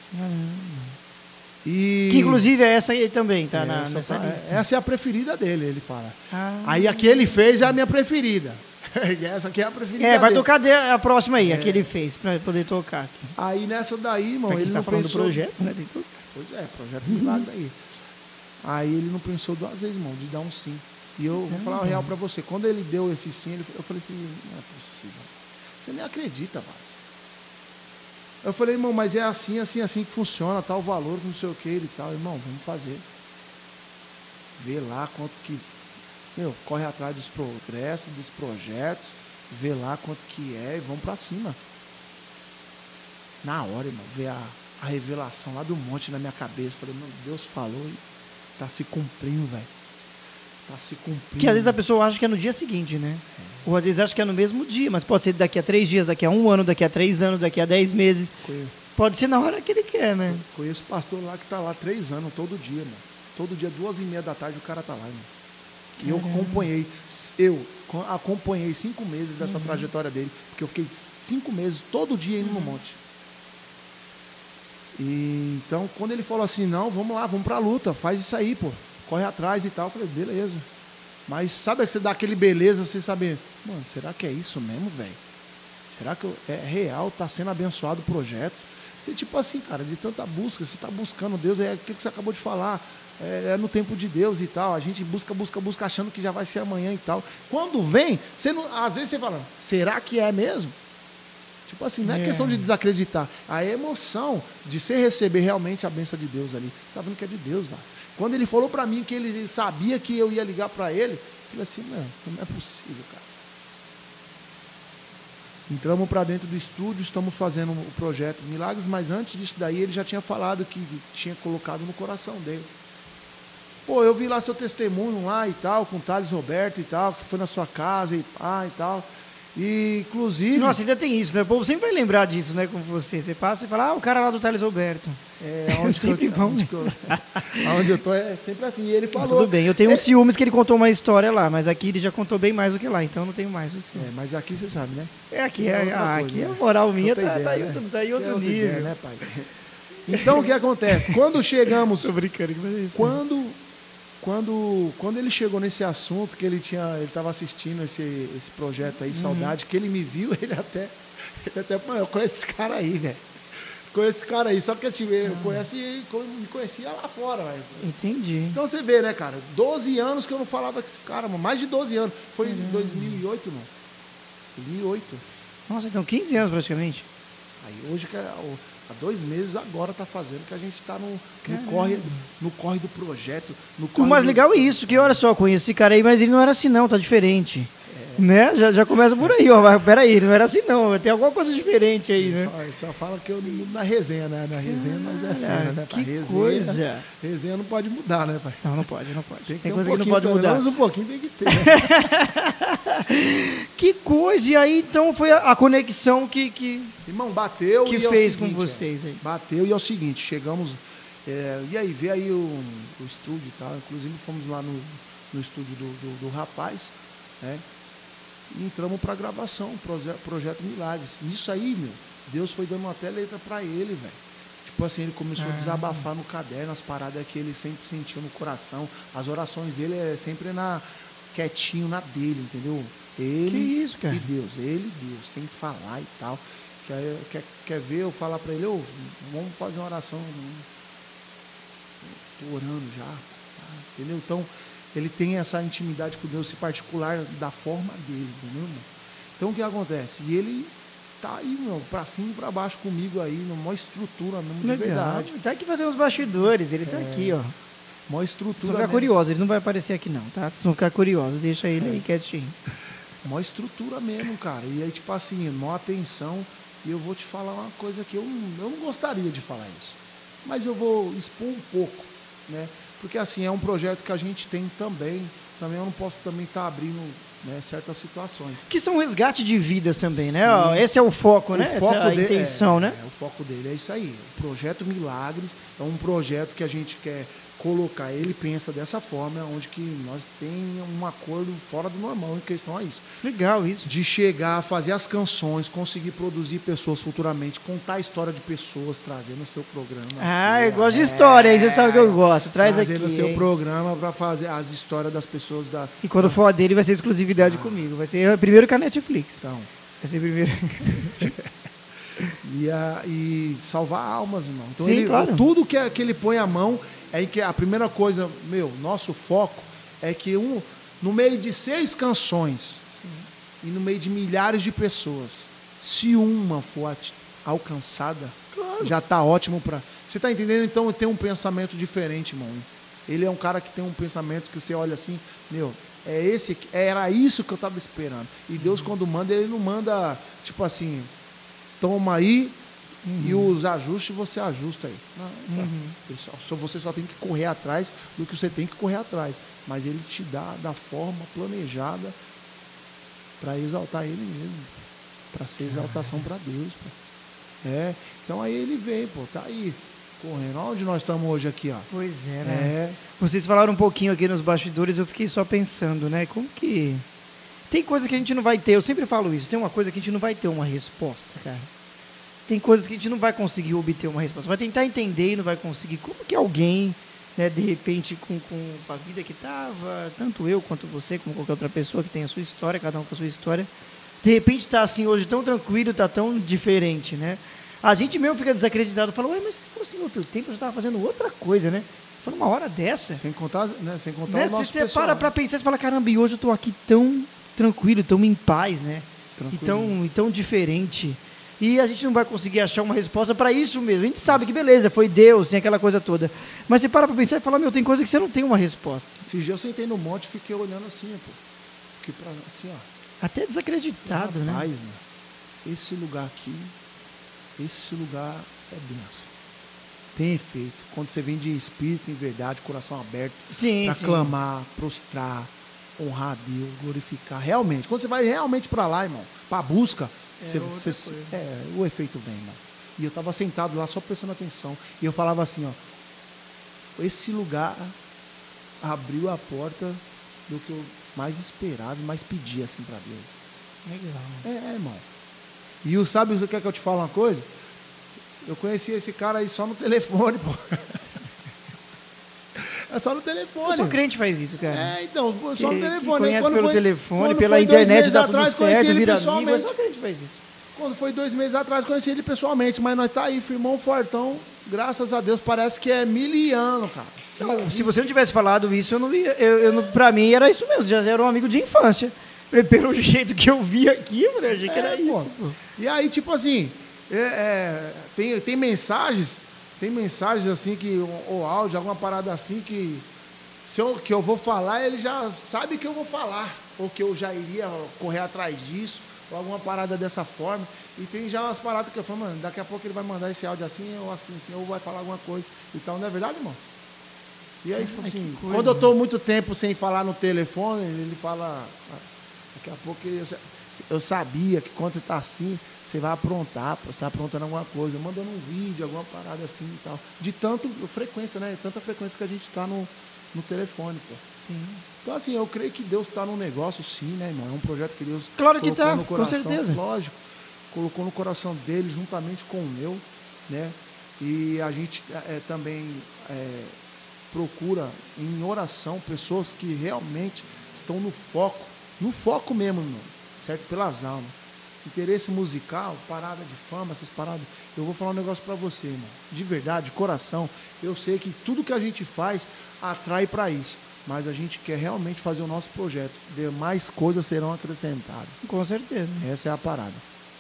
E Que inclusive é essa aí também, tá? é, na, essa, nessa tá- lista. essa é a preferida dele, ele fala. Ah. Aí a que ele fez é a minha preferida. Essa aqui é a preferida É, vai dele. tocar de- a próxima aí, a que ele fez, pra poder tocar aqui. Aí nessa daí, irmão, Pra quem ele tá não falando pensou... do projeto, né? Tem tudo. Pois é, projeto milagre aí. Aí ele não pensou duas vezes, irmão, de dar um sim. E eu vou falar o real pra você. Quando ele deu esse sim, ele- eu falei assim, não é possível. Você nem acredita, Vaz. Eu falei, irmão, mas é assim, assim, assim que funciona, tal valor, não sei o que e tal. Irmão, vamos fazer. Vê lá quanto que... Meu, corre atrás dos progressos, dos projetos, vê lá quanto que é e vamos pra cima. Na hora, irmão, ver a, a revelação lá do monte na minha cabeça. Falei, meu Deus falou e tá se cumprindo, velho. Tá se cumprindo. Que às vezes a pessoa acha que é no dia seguinte, né? Ou às vezes acha que é no mesmo dia, mas pode ser daqui a três dias, daqui a um ano, daqui a três anos, daqui a dez meses. Conheço, Pode ser na hora que ele quer, né? conheço pastor lá que tá lá três anos, todo dia, mano. Todo dia, duas e meia da tarde, o cara tá lá, irmão. E eu acompanhei, eu co- acompanhei cinco meses dessa trajetória dele, porque eu fiquei cinco meses todo dia indo no monte. E, então, quando ele falou assim, não, vamos lá, vamos pra luta, faz isso aí, pô, corre atrás e tal, eu falei, beleza. Mas sabe que você dá aquele beleza, você saber, mano, será que é isso mesmo, velho? Será que eu- é real, tá sendo abençoado o projeto? Você, tipo assim, cara, de tanta busca, você tá buscando Deus, é aquilo que você acabou de falar, é, é no tempo de Deus e tal, a gente busca, busca, busca, achando que já vai ser amanhã e tal. Quando vem, você não, às vezes você fala, será que é mesmo? Tipo assim, não é, É. questão de desacreditar, a emoção de você receber realmente a bênção de Deus ali, você tá vendo que é de Deus, velho. Quando ele falou pra mim que ele sabia que eu ia ligar pra ele, eu falei assim, não, não é possível, cara. Entramos para dentro do estúdio, estamos fazendo o projeto Milagres, mas antes disso daí ele já tinha falado que tinha colocado no coração dele. Pô, eu vi lá seu testemunho lá e tal, com o Thales Roberto e tal, que foi na sua casa e pá e tal. E, inclusive... Nossa, ainda tem isso, né? O povo sempre vai lembrar disso, né? Com você. Você passa e fala, ah, o cara lá do Thales Roberto. É, onde sempre que eu, vão. onde que eu, aonde eu tô é sempre assim. E ele Mas falou... tudo bem, eu tenho é, uns ciúmes que ele contou uma história lá, mas aqui ele já contou bem mais do que lá, então eu não tenho mais o ciúme. É, mas aqui você sabe, né? É, aqui, É é, outra ah, coisa, aqui né? a moral minha Outra tá, ideia, tá, em né? outro, tá em É outro outra nível. ideia, né, pai? Então, o que acontece? Quando chegamos... Tô brincando que vai ser isso. Quando, quando, quando ele chegou nesse assunto, que ele tinha, ele estava assistindo esse, esse projeto aí, Saudade, que ele me viu, ele até, ele até, mano, eu conheço esse cara aí, velho. Conheço esse cara aí, só que eu, tive, eu conheci, me conhecia lá fora, velho. Entendi. Então você vê, né, cara, doze anos que eu não falava com esse cara, mano, mais de doze anos. Foi em dois mil e oito, mano. dois mil e oito. Nossa, então quinze anos praticamente. Aí hoje, que é o- há dois meses agora tá fazendo que a gente tá no, no, Caramba. corre, no corre do projeto. No O corre mais do- legal é isso, que olha só, conheci esse cara aí, mas ele não era assim não, tá diferente. Né? Já, já começa por aí, ó. Mas peraí, ele não era assim não, tem alguma coisa diferente aí, né? Só, ele só fala que eu não mudo na resenha, né? Na resenha, mas é fera, né? pai? Que resenha, coisa. Resenha não pode mudar, né, pai? Não, não pode, não pode. Tem que Tem ter coisa um que não pouquinho, pode pelo mudar. menos um pouquinho tem que ter, né? Que coisa, e aí então foi a, a conexão que, que, Irmão, bateu que e é o fez seguinte, com vocês aí. é, bateu e é o seguinte, chegamos... é, e aí, vê aí o, o estúdio e tal. Inclusive, fomos lá no, no estúdio do, do, do rapaz, né? E entramos para gravação, proje, Projeto Milagres. Nisso aí, meu, Deus foi dando até letra para ele, velho. Tipo assim, ele começou Ah. a desabafar no caderno as paradas que ele sempre sentiu no coração. As orações dele é sempre na quietinho na dele, entendeu? Ele Que isso, cara? e Deus, ele e Deus, sem falar e tal. Quer, quer, quer ver eu falar para ele, ô, vamos fazer uma oração. Estou orando já, tá? Entendeu? Então, ele tem essa intimidade com Deus, esse particular da forma dele, entendeu, irmão? Então, o que acontece? E ele tá aí, meu, pra cima e pra baixo comigo aí, numa estrutura mesmo, de Legal. verdade. Tá aqui fazendo os bastidores, ele tá É. aqui, ó. Mó Vocês estrutura vão ficar mesmo. curiosos, ele não vai aparecer aqui não, tá? Vocês vão ficar curiosos, deixa ele aí quietinho. Mó estrutura mesmo, cara. E aí, tipo assim, mó atenção. E eu vou te falar uma coisa que eu, não- eu não gostaria de falar isso. Mas eu vou expor um pouco, né? Porque assim, é um projeto que a gente tem também. Também eu não posso também estar abrindo, né, certas situações. Que são resgate de vidas também, né? Sim. Ó, esse é o foco, né? O foco Essa é a dele, intenção, é, né? é, o foco dele é isso aí. O projeto Milagres é um projeto que a gente quer colocar. Ele pensa dessa forma, onde que nós tenhamos um acordo fora do normal em questão a isso. Legal isso. De chegar, fazer as canções, conseguir produzir pessoas futuramente, contar a história de pessoas, trazer no seu programa. Ah, aqui, eu gosto de é, história, aí você sabe que eu gosto. Traz trazer aqui. no seu hein? programa para fazer as histórias das pessoas da. E quando for a dele, vai ser exclusividade comigo. Vai ser primeiro com a Netflix. Então, Vai ser primeiro. e, a, e salvar almas, irmão. Então, Sim, ele, claro. tudo que, que ele põe a mão é que a primeira coisa, meu, nosso foco é que um, no meio de seis canções e no meio de milhares de pessoas, se uma for ati- alcançada, já está ótimo para. Você está entendendo? Então tem um pensamento diferente, irmão. Ele é um cara que tem um pensamento que você olha assim, meu, é esse, era isso que eu estava esperando. E Deus, quando manda, ele não manda, tipo assim, toma aí e os ajustes você ajusta aí. Não, tá. Ele só, só- você só tem que correr atrás do que você tem que correr atrás. Mas ele te dá da forma planejada para exaltar ele mesmo. Para ser exaltação para Deus. Pô. É, então aí ele vem, pô, tá aí, correndo. Onde nós estamos hoje aqui, ó? Pois é, né? É, Vocês falaram um pouquinho aqui nos bastidores, eu fiquei só pensando, né? Como que. Tem coisa que a gente não vai ter, eu sempre falo isso, tem uma coisa que a gente não vai ter uma resposta, cara. Tem coisas que a gente não vai conseguir obter uma resposta. Vai tentar entender e não vai conseguir. Como que alguém, né, de repente, com, com a vida que estava, tanto eu quanto você, como qualquer outra pessoa que tem a sua história, cada um com a sua história, de repente está assim hoje tão tranquilo, está tão diferente, né? A gente mesmo fica desacreditado, fala, ué, mas se fosse em outro tempo, eu já estava fazendo outra coisa, né? Foi numa hora dessa. sem contar, né? Sem contar Né? o nosso Você pessoal. para para pensar e fala, caramba, e hoje eu estou aqui tão tranquilo, tão em paz, né? E Tranquilo. tão, e tão diferente. E a gente não vai conseguir achar uma resposta para isso mesmo. A gente sabe que beleza, foi Deus, tem aquela coisa toda. Mas você para para pensar e fala, meu, tem coisa que você não tem uma resposta. Esses dias eu sentei no monte e fiquei olhando assim, pô. Fiquei pra, assim, ó. Até desacreditado, né? Rapaz, mano, esse lugar aqui, esse lugar é benção. Tem efeito. Quando você vem de espírito, em verdade, coração aberto, Sim, para sim. clamar, prostrar, honrar a Deus, glorificar. Realmente, quando você vai realmente para lá, irmão, para busca, É você, outra você- coisa. é, o efeito vem, irmão. E eu estava sentado lá só prestando atenção. E eu falava assim, ó, esse lugar abriu a porta do que eu mais esperava e mais pedia assim para Deus. Legal. É, é, irmão. E o sabe o que é que eu te falo uma coisa? Eu conheci esse cara aí só no telefone, pô. É só no telefone. Só crente faz isso, cara. É, então, só Que- no que telefone. conhece Quando pelo foi- telefone, quando pela foi dois internet meses dá tudo atrás, conheci certo, ele vira amigo. pessoalmente. Só crente faz isso. Quando foi dois meses atrás, conheci ele pessoalmente, mas nós tá aí, firmão, fortão, graças a Deus, parece que é miliano, cara. Não, se você não tivesse falado isso, eu não ia. Eu, eu não, pra mim era isso mesmo, já era um amigo de infância. Falei, pelo jeito que eu vi aqui, eu falei, achei que era É, isso. pô. Pô. E aí, tipo assim, é, é, tem, tem mensagens, tem mensagens assim que, ou, ou áudio, alguma parada assim que se eu, que eu vou falar, ele já sabe que eu vou falar, ou que eu já iria correr atrás disso, ou alguma parada dessa forma. E tem já umas paradas que eu falo, mano, daqui a pouco ele vai mandar esse áudio assim, ou assim, assim, ou vai falar alguma coisa. Então, não é verdade, irmão? E aí, tipo Ai, assim, que coisa, quando eu estou muito tempo sem falar no telefone, ele fala, ah, daqui a pouco eu, eu sabia que quando você está assim, você vai aprontar, pô, você está aprontando alguma coisa, mandando um vídeo, alguma parada assim e tal. De tanto frequência, né? Tanta frequência que a gente está no, no telefone, pô. Sim. Então, assim, eu creio que Deus está num negócio, sim, né, irmão? É um projeto que Deus Claro que colocou tá, no com coração, certeza. lógico. Colocou no coração dele, juntamente com o meu, né? E a gente é, também é, procura, em oração, pessoas que realmente estão no foco, no foco mesmo, irmão, certo? Pelas almas. Interesse musical, parada de fama, essas paradas. Eu vou falar um negócio para você, irmão. De verdade, de coração, eu sei que tudo que a gente faz atrai para isso. Mas a gente quer realmente fazer o nosso projeto. Demais coisas serão acrescentadas. Com certeza. Essa é a parada.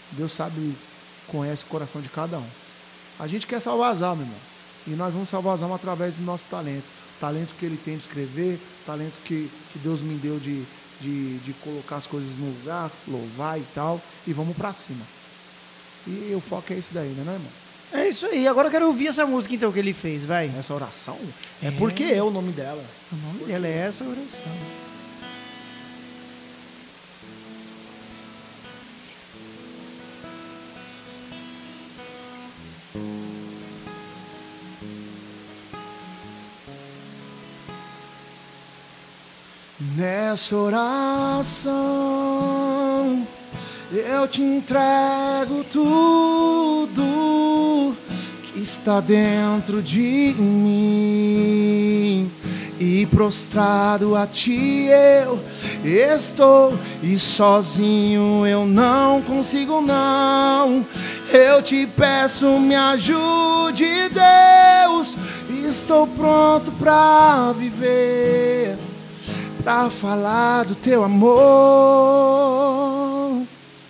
Deus sabe, conhece o coração de cada um. A gente quer salvar as almas, irmão. E nós vamos salvar as almas através do nosso talento. O talento que ele tem de escrever, o talento que, que Deus me deu de, de, de colocar as coisas no lugar, louvar e tal. E vamos pra cima. E o foco é esse daí, né, irmão? É isso aí. Agora eu quero ouvir essa música então que ele fez, vai. Essa oração? É, É. porque é o nome dela. O nome dela é essa oração. Nessa oração eu te entrego tudo que está dentro de mim, e prostrado a ti eu estou, e sozinho eu não consigo não. Eu te peço, me ajude, Deus, estou pronto para viver, para falar do teu amor.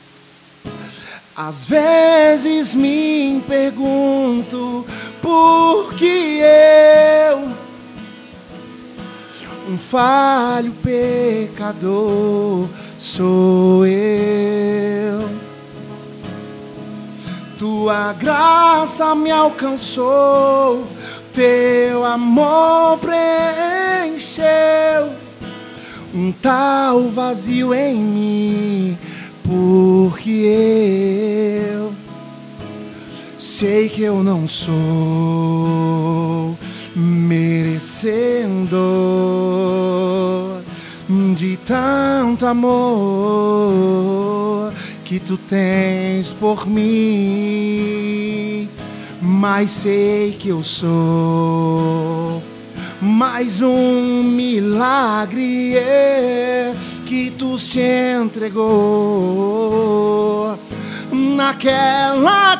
Às vezes me pergunto por que eu, um falho pecador, sou eu. Tua graça me alcançou, teu amor preencheu um tal vazio em mim, porque eu sei que eu não sou merecedor de tanto amor que tu tens por mim, mas sei que eu sou mais um milagre é, que tu se entregou naquela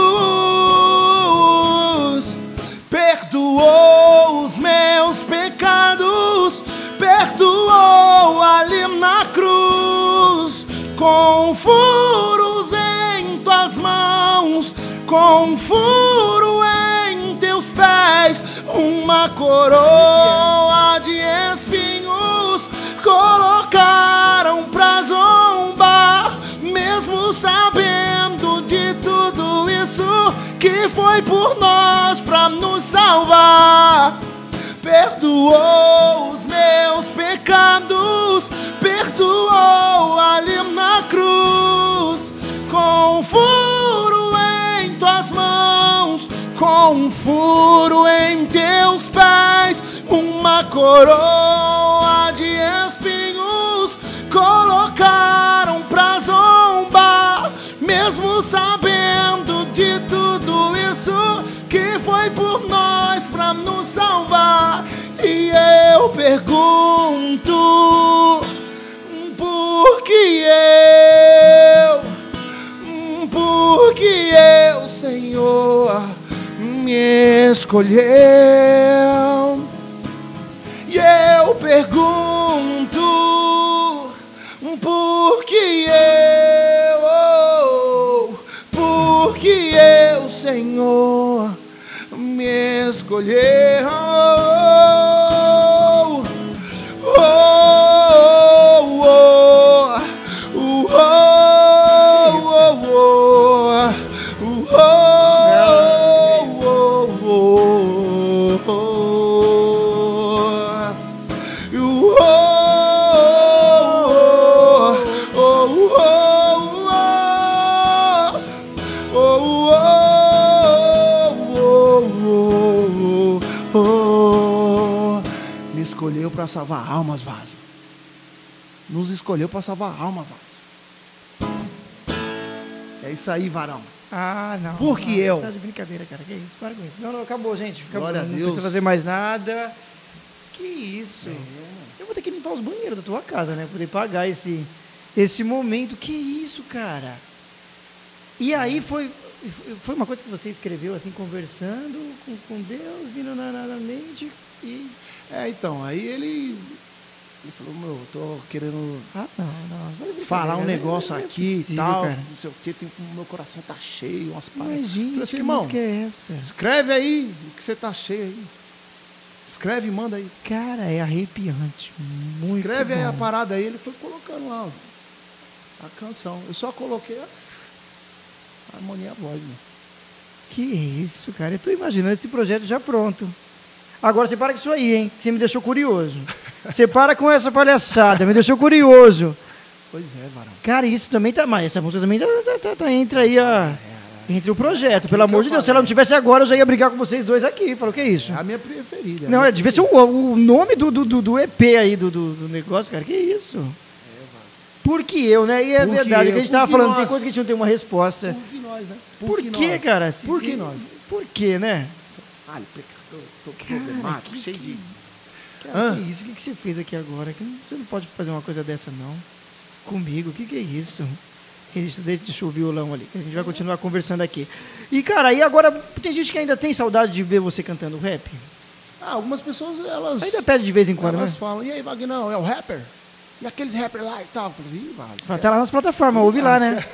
cruz. Perdoou os meus pecados, perdoou ali na cruz, com furos em tuas mãos, com furo em teus pés, uma coroa de espinhos colocaram pra zombar, mesmo sabendo de tudo isso, que foi por nós pra nos salvar. Perdoou os meus pecados, perdoou ali na cruz, com furo em tuas mãos, com um furo em teus pés, uma coroa de espinhos colocaram pra zombar, mesmo sabendo de tudo isso, que foi por nós pra nos salvar. E eu pergunto, por que eu, por que eu, Senhor, me escolheu? E eu pergunto, por que eu, por que eu, Senhor, me escolheu? Oh, oh, oh, oh, oh, oh, escolheu para salvar almas, vaso. Nos escolheu para salvar alma, vaso. É isso aí, varão. Ah, não. Por que não, eu? Tá de brincadeira, cara. Que isso? Para com isso. Não, não, acabou, gente. Acabou. Glória a Não Deus. precisa fazer mais nada. Que isso? É. Eu vou ter que limpar os banheiros da tua casa, né? Poder pagar esse, esse momento. Que isso, cara? E aí foi, foi uma coisa que você escreveu, assim, conversando com, com Deus, vindo na, na mente e... É, então, aí ele Ele falou, meu, eu tô querendo Ah, não, não. Você tá falar um brincadeira, negócio não é aqui e possível, tal, cara. não sei o que, tem, meu coração tá cheio, umas paradas. Mas, gente, Falei assim, que irmão, música é essa? escreve aí o que você tá cheio aí. Escreve e manda aí. Cara, é arrepiante. Muito Escreve bom. aí a parada aí. Ele foi colocando lá a canção. Eu só coloquei a, a harmonia, a voz, né? Que isso, cara. Eu tô imaginando esse projeto já pronto. Agora você para com isso aí, hein? Você me deixou curioso. Você para com essa palhaçada, me deixou curioso. Pois é, Varão. Cara, isso também tá mais. Essa música também tá, tá, tá, tá entre aí a. Entre o projeto, pelo amor de Deus. Se ela não tivesse agora, eu já ia brigar com vocês dois aqui. Falou, que é isso? É a minha preferida. Não, é, devia ser o, o nome do, do, do E P aí do, do, do negócio, cara. Que isso? Por que eu, né? E é Por que verdade, eu? que a gente Por tava que falando, nós? tem coisa que a gente não tem uma resposta. Por que nós, né? Por que, nós? cara? Se- Por se- que nós? Por que, né? Ah, ele tô, tô Cara, problemático, que- cheio de... Cara, Hã? que isso? O que, que você fez aqui agora? Que não- Você não pode fazer uma coisa dessa, não. Comigo, o que, que é isso? Deixa, deixa o violão ali, que a gente vai continuar conversando aqui. E, cara, e agora, tem gente que ainda tem saudade de ver você cantando rap? Ah, algumas pessoas, elas... Ainda pede de vez em quando, elas né? falam, e aí, Vagnão, é o rapper? E aqueles rappers lá e tal? Eu falei, ih, Vale, Tá lá nas plataformas, ouve lá, né?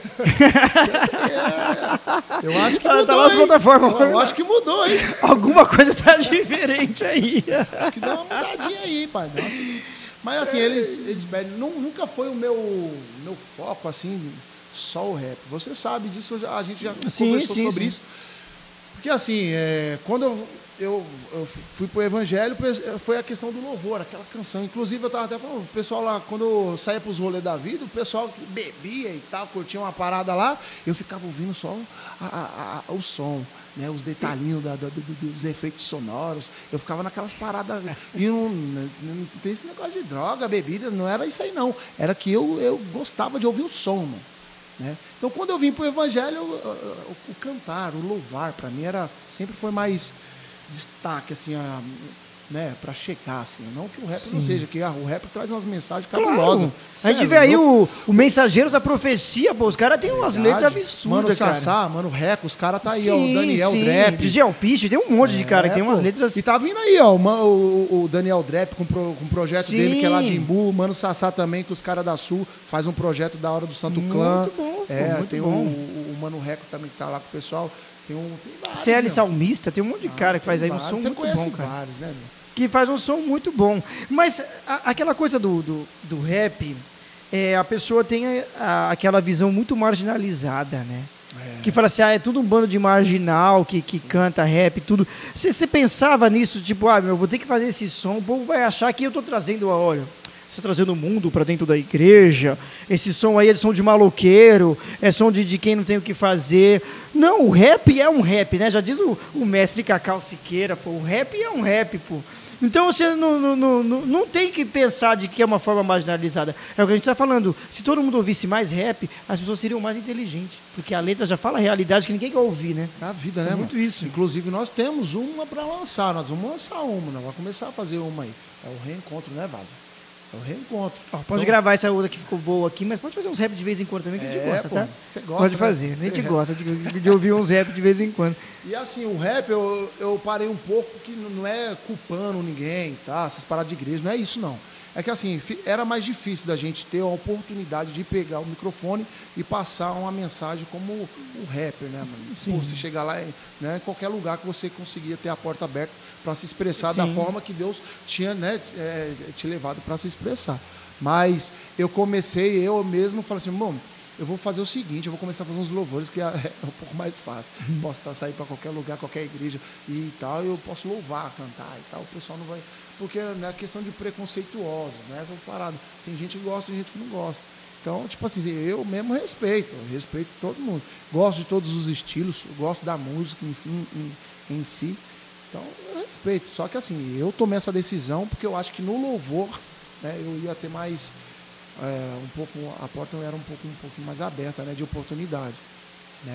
eu acho que Ah, mudou, tá lá nas hein? plataformas. Eu acho que mudou, hein? Alguma coisa tá diferente aí. Acho que deu uma mudadinha aí, pai. Nossa. Mas assim, eles, eles pedem. nu- Nunca foi o meu, meu foco, assim, só o rap. Você sabe disso, a gente já Sim, conversou sim, sobre sim. isso. Porque assim, é, quando eu, eu, eu fui pro evangelho, foi a questão do louvor, aquela canção. Inclusive, eu estava até falando, o pessoal lá, quando eu saía pros rolês da vida, o pessoal que bebia e tal, curtia uma parada lá, eu ficava ouvindo só a- a- a- o som, né, os detalhinhos da- da- do- do- dos efeitos sonoros. Eu ficava naquelas paradas. E não, não tem esse negócio de droga, bebida, não era isso aí, não. Era que eu, eu gostava de ouvir o som, mano. Né? Então, quando eu vim para o Evangelho, o, o, o cantar, o louvar, para mim era sempre foi mais destaque, assim, a, né, para chegar, assim. Não que o rap não seja, que ah, o rap traz umas mensagens cabulosas. Claro. A gente vê aí o, o Mensageiros da Profecia, pô, os caras têm umas letras absurdas, Mano cara. Sassá, Mano Reco, os caras tá aí, Sim, ó, o Daniel sim. Drap. D J Alpiste, tem um monte de cara que tem umas pô. letras... E tá vindo aí, ó, o, ma- o- o Daniel Drap com, pro- com o projeto Sim. dele, que é lá de Imbu, o Mano Sassá também, que os caras da Sul faz um projeto da hora do Santo Muito Clã. bom, pô, é, muito tem bom. O, o, o Mano Reco também que tá lá com o pessoal. Tem um. Tem vários, C L meu. Salmista, tem um monte de cara que faz aí um Vários. som Você muito conhece bom, cara. vários, né, meu? Que faz um som muito bom. Mas a- aquela coisa do, do, do rap, é, a pessoa tem a- a- aquela visão muito marginalizada, né? É. Que fala assim, ah, é tudo um bando de marginal que, que canta rap, tudo. Você, você pensava nisso, tipo, ah, meu, eu vou ter que fazer esse som, o povo vai achar que eu tô trazendo, olha, estou trazendo o mundo para dentro da igreja, esse som aí é som de maloqueiro, é som de, de quem não tem o que fazer. Não, o rap é um rap, né? Já diz o, o mestre Cacau Siqueira, pô, o rap é um rap, pô. Então você não, não, não, não, não tem que pensar de que é uma forma marginalizada. É o que a gente está falando. Se todo mundo ouvisse mais rap, as pessoas seriam mais inteligentes. Porque a letra já fala a realidade que ninguém quer ouvir, né? Na vida, É né, muito mano? isso. Inclusive, nós temos uma para lançar. Nós vamos lançar uma, nós vamos começar a fazer uma aí. É o reencontro, né, Vaso? É o reencontro. Ó, pode Então, gravar essa outra que ficou boa aqui, mas pode fazer uns rap de vez em quando também, que a gente É, gosta, pô, tá? você gosta, Pode né? fazer, a gente É. gosta de, de ouvir uns rap de vez em quando. E assim, o rap, eu, eu parei um pouco, que não é culpando ninguém, tá? Essas paradas de igreja, não é isso, não. É que assim, fi- era mais difícil da gente ter a oportunidade de pegar o microfone e passar uma mensagem como o, o rapper, né, mano? Sim. Pô, você chegar lá em, né, em qualquer lugar que você conseguia ter a porta aberta para se expressar da Sim. forma que Deus tinha, né, é, te levado para se expressar. Mas eu comecei, eu mesmo, falei assim, bom, eu vou fazer o seguinte, eu vou começar a fazer uns louvores, que é é um pouco mais fácil. Posso estar sair para qualquer lugar, qualquer igreja e tal, eu posso louvar, cantar e tal, o pessoal não vai... Porque é questão de preconceituosos, né? Essas paradas. Tem gente que gosta, tem gente que não gosta. Então, tipo assim, eu mesmo respeito, eu respeito todo mundo. Gosto de todos os estilos, gosto da música, enfim, em, em si. Então, eu respeito. Só que assim, eu tomei essa decisão porque eu acho que no louvor, né, eu ia ter mais... É, um pouco, a porta era um pouco, um pouquinho mais aberta, né, de oportunidade, né?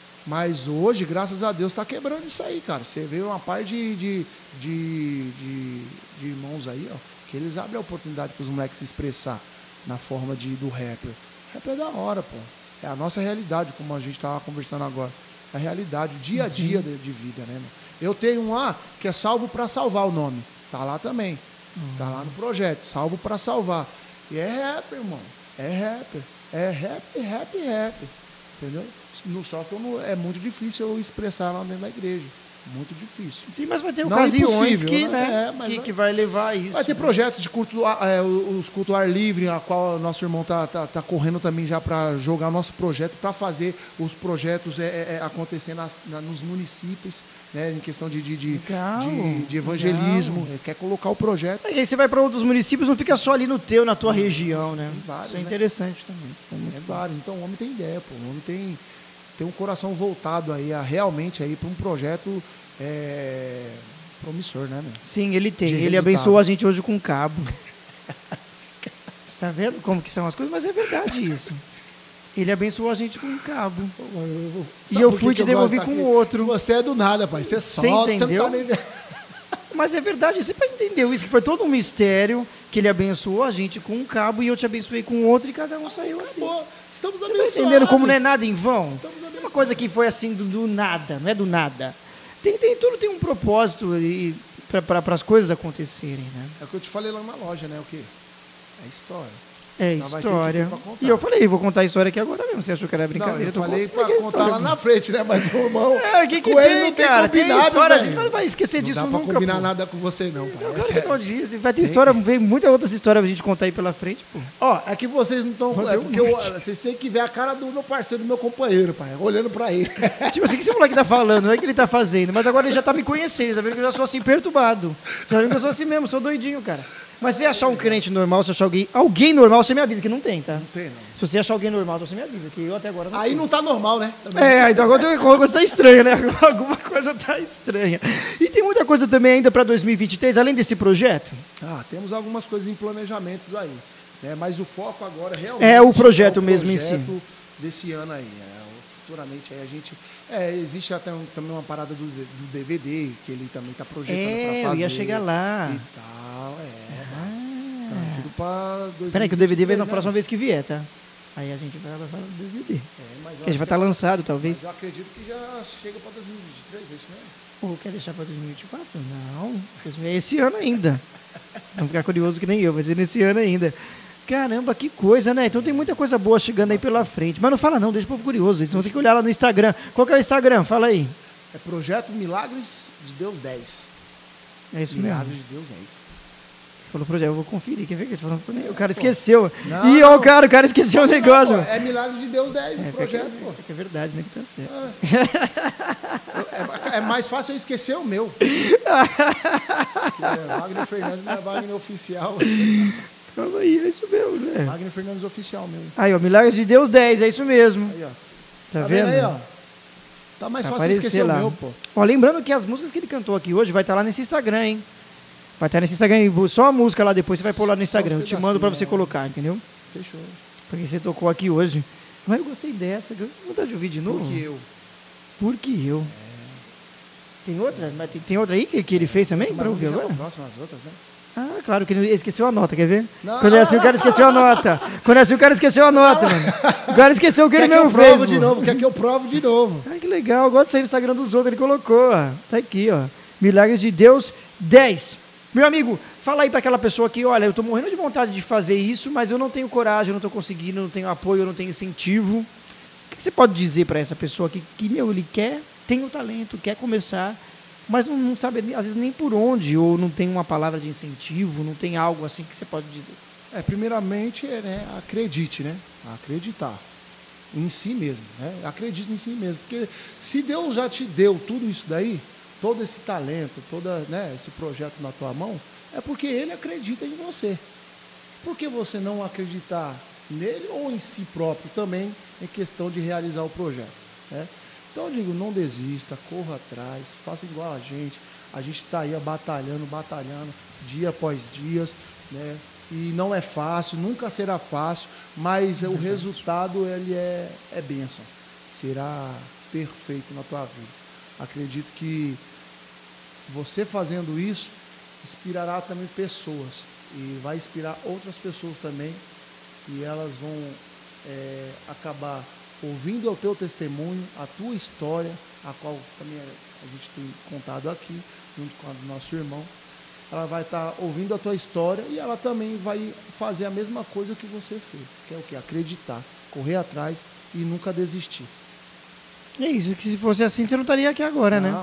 Mas hoje, graças a Deus, está quebrando isso aí, cara. Você vê uma par de, de, de, de, de irmãos aí, ó, que eles abrem a oportunidade para os moleques se expressar na forma de, do rapper. Rap é da hora, pô. É a nossa realidade, como a gente estava conversando agora. É a realidade, o dia a dia de, de vida, né, mano? Eu tenho um lá que é Salvo para Salvar o nome. Tá lá também. Tá lá no projeto, Salvo para Salvar. E é rapper, irmão. É rapper. É rap, rap, rap. Entendeu? No, só que eu não, é muito difícil eu expressar lá dentro da igreja. Muito difícil. Sim, mas vai ter Não ocasiões que, né? né, É, mas que, vai- que vai levar a isso. Vai ter projetos de culto, é, os cultos ao ar livre, a qual nosso irmão tá, tá, tá correndo também já para jogar o nosso projeto, para fazer os projetos é, é, é, acontecer nas, na- nos municípios, né, em questão de, de, de, Legal, de- de evangelismo. legal. Ele quer colocar o projeto. E aí você vai para outros municípios, não fica só ali no teu, na tua região, né? Tem vários, Isso é né? interessante também. Isso é muito É bom. vários. Então o homem tem ideia, pô. O homem tem, tem um coração voltado aí a realmente aí para um projeto é, promissor, né, meu? Sim, ele tem. De Ele resultado. abençoou a gente hoje com um cabo. Você tá vendo como que são as coisas? Mas é verdade isso. Ele abençoou a gente com um cabo. E Sabe eu por que fui que te eu gosto devolver de com estar o aqui? outro. Você é do nada, pai. Você Você solta, entendeu? você não tá nem... Mas é verdade, você entendeu isso, que foi todo um mistério, que ele abençoou a gente com um cabo e eu te abençoei com outro e cada um saiu assim. Acabou. Estamos Você abençoados. tá entendendo como não é nada em vão? Estamos É uma abençoados. coisa que foi assim do, do nada, não é do nada. Tem, tem, tudo tem um propósito para as coisas acontecerem, né? É o que eu te falei lá na loja, né? O quê? É história. É Então vai ter história. que ter pra contar. E eu falei, vou contar a história aqui agora mesmo. Você achou que era brincadeira? Não, eu tô falei contando pra aqui a contar história. lá na frente, né? Mas o irmão, É, o que, que com ele tem, não tem cara? Tem combinado, história, a velho. gente não vai esquecer Não disso dá pra nunca, combinar pô. nada com você, não, pai. Eu É quero que sério. não diz. Vai ter história, vem muitas outras histórias pra gente contar aí pela frente, pô. Ó, é que vocês não estão... Rodei É um porque eu- monte. vocês têm que ver a cara do meu parceiro, do meu companheiro, pai. Olhando pra ele. Tipo assim, o que esse moleque tá falando? Não é que ele tá fazendo, mas agora ele já tá me conhecendo, tá vendo que eu já sou assim perturbado. Já vendo que eu sou assim mesmo, sou doidinho, cara. Mas se você achar um crente normal, se achar alguém, alguém normal, você me avisa, que não tem, tá? Não tem, não. Se você achar alguém normal, você me avisa, que eu até agora não Aí sei. não tá normal, né? Também. É, então agora alguma coisa tá estranha, né? Alguma coisa tá estranha. E tem muita coisa também ainda para dois mil e vinte e três, além desse projeto? Ah, temos algumas coisas em planejamentos aí. Né? Mas o foco agora realmente... É o projeto é o mesmo em si. projeto desse ano aí. É, futuramente aí a gente... É, existe até um- também uma parada do, do D V D, que ele também está projetando É, para eu fazer. ia chegar lá. E tal, é. Tá tudo para dois mil e vinte e três. Peraí, que o D V D vem na né? próxima vez que vier, tá? Aí a gente vai levar o D V D. É, mas eu Que a gente vai acho que- estar lançado, talvez. Mas eu acredito que já chega para dois mil e vinte e três, é isso mesmo? Ou quer deixar para dois mil e vinte e quatro? Não, é esse ano ainda. Vocês vão ficar curiosos que nem eu, vai ser nesse ano ainda. Caramba, que coisa, né? Então tem muita coisa boa chegando aí pela frente. Mas não fala não, deixa o povo curioso. Eles vão ter que olhar lá no Instagram. Qual que é o Instagram? Fala aí. É Projeto Milagres de Deus dez. É isso Milagres mesmo. de Deus dez. Falou pro eu vou conferir. Quem vê que ele falou pra mim? O cara esqueceu. Não, Ih, ó, o não. cara, o cara esqueceu o negócio. Não, pô, é Milagres de Deus dez, o É, projeto, pô. que é verdade, né? Que tá certo. É, é mais fácil eu esquecer o meu. Que é Wagner Fernandes, não é Wagner Oficial. Fala aí, é isso mesmo, né? Wagner Fernandes Oficial mesmo. Aí, ó, Milagres de Deus dez, é isso mesmo. Aí, ó. Tá, Tá vendo? vendo aí, ó? Tá mais Vai fácil eu esquecer aparecer lá. o meu, pô. Ó, lembrando que as músicas que ele cantou aqui hoje vai estar lá nesse Instagram, hein? Vai estar nesse Instagram, só a música lá depois, você vai pôr lá no Instagram. Eu te mando pra você pedacinhos, colocar, entendeu? Fechou. Porque você tocou aqui hoje. Mas eu gostei dessa, eu tenho vontade de ouvir de novo. Porque eu. Porque eu. Tem outra? Mas tem, tem outra aí que, que ele fez também? Pra Mas ouvir vamos agora? deixar pra próxima, as outras, né? Ah, claro, que ele esqueceu a nota, quer ver? Não. Quando é assim, o cara esqueceu a nota. Quando é assim, o cara esqueceu a nota, mano. O cara esqueceu o que Quer ele que eu mesmo provo fez. de pô. novo? Quer que eu provo de novo? Ai, que legal, eu gosto de sair no Instagram dos outros, ele colocou, ó. Tá aqui, ó. Milagres de Deus dez. Meu amigo, fala aí para aquela pessoa que, olha, eu tô morrendo de vontade de fazer isso, mas eu não tenho coragem, eu não tô conseguindo, eu não tenho apoio, eu não tenho incentivo. O que que você pode dizer para essa pessoa que, que, meu, ele quer, tem o talento, quer começar, mas não, não sabe, às vezes, nem por onde, ou não tem uma palavra de incentivo, não tem algo assim que você pode dizer? É, primeiramente, é, né, acredite, né? Acreditar em si mesmo, né? Acredite em si mesmo, porque se Deus já te deu tudo isso daí, todo esse talento, todo, né, esse projeto na tua mão, é porque Ele acredita em você. Por que você não acreditar nele ou em si próprio também em questão de realizar o projeto, né? Então eu digo, não desista, corra atrás, faça igual a gente. A gente está aí ó, batalhando, batalhando, dia após dias, né? E não é fácil, nunca será fácil, mas o resultado ele é, é bênção. Será perfeito na tua vida. Acredito que você fazendo isso inspirará também pessoas e vai inspirar outras pessoas também e elas vão é, acabar ouvindo o teu testemunho, a tua história, a qual também a gente tem contado aqui, junto com a do nosso irmão, ela vai estar ouvindo a tua história e ela também vai fazer a mesma coisa que você fez, que é o quê? Acreditar, correr atrás e nunca desistir. É isso, que se fosse assim, você não estaria aqui agora, não. né?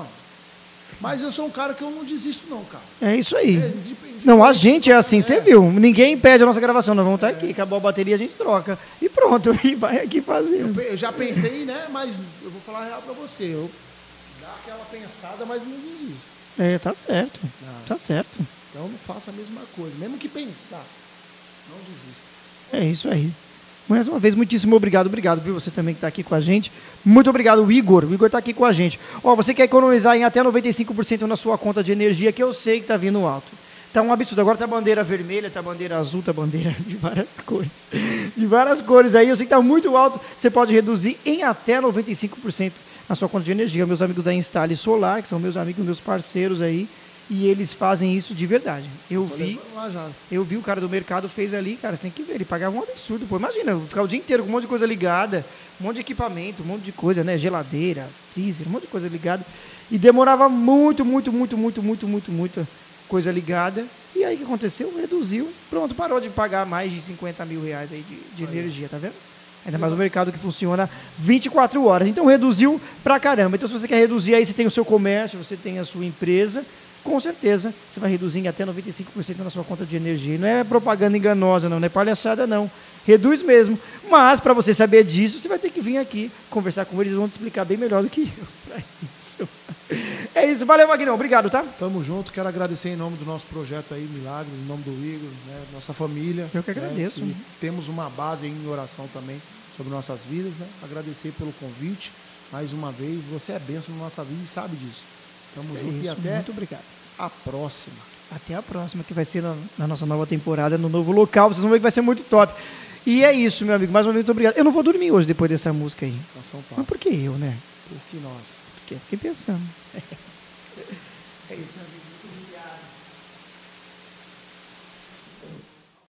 Mas eu sou um cara que eu não desisto não, cara. É isso aí. É, de, de, não, a gente é assim, é. você viu. Ninguém impede a nossa gravação, nós vamos estar aqui. Acabou a bateria, a gente troca. E pronto, e vai aqui fazendo. Eu, eu já pensei, né? Mas eu vou falar a real pra você. Eu dá aquela pensada, mas não desisto. É, tá certo. Não. Tá certo. Então eu não faço a mesma coisa. Mesmo que pensar, não desisto. É isso aí. Mais uma vez, muitíssimo obrigado. Obrigado, viu? Você também que está aqui com a gente. Muito obrigado, o Igor. O Igor está aqui com a gente. Ó, você quer economizar em até noventa e cinco por cento na sua conta de energia, que eu sei que está vindo alto. Está um absurdo. Agora está bandeira vermelha, está bandeira azul, está bandeira de várias cores. De várias cores aí. Eu sei que está muito alto. Você pode reduzir em até noventa e cinco por cento na sua conta de energia. Meus amigos da Instale Solar, que são meus amigos, meus parceiros aí. E eles fazem isso de verdade. Eu vi, eu vi o cara do mercado fez ali, cara, você tem que ver, ele pagava um absurdo. Pô, imagina, ficar o dia inteiro com um monte de coisa ligada, um monte de equipamento, um monte de coisa, né? Geladeira, freezer, um monte de coisa ligada. E demorava muito, muito, muito, muito, muito, muito, muita coisa ligada. E aí o que aconteceu? Reduziu. Pronto, parou de pagar mais de cinquenta mil reais aí de, de energia, tá vendo? Ainda mais um mercado que funciona vinte e quatro horas. Então reduziu pra caramba. Então se você quer reduzir aí, você tem o seu comércio, você tem a sua empresa. Com certeza, você vai reduzir em até noventa e cinco por cento na sua conta de energia. E não é propaganda enganosa, não, não é palhaçada, não. Reduz mesmo. Mas, para você saber disso, você vai ter que vir aqui conversar com eles, eles vão te explicar bem melhor do que eu. Pra isso. É isso. Valeu, Magnão. Obrigado, tá? Tamo junto. Quero agradecer em nome do nosso projeto aí, Milagres, em nome do Igor, né, nossa família. Eu que agradeço. Né, que temos uma base aí em oração também sobre nossas vidas, né? Agradecer pelo convite. Mais uma vez, você é bênção na nossa vida e sabe disso. Tamo É junto isso, e até muito obrigado. a próxima. Até a próxima, que vai ser na, na nossa nova temporada, no novo local. Vocês vão ver que vai ser muito top. E é isso, meu amigo. Mais uma vez, muito obrigado. Eu não vou dormir hoje depois dessa música aí. São Paulo. Mas por que eu, né? Por que nós? Porque eu fiquei pensando. É isso, meu amigo.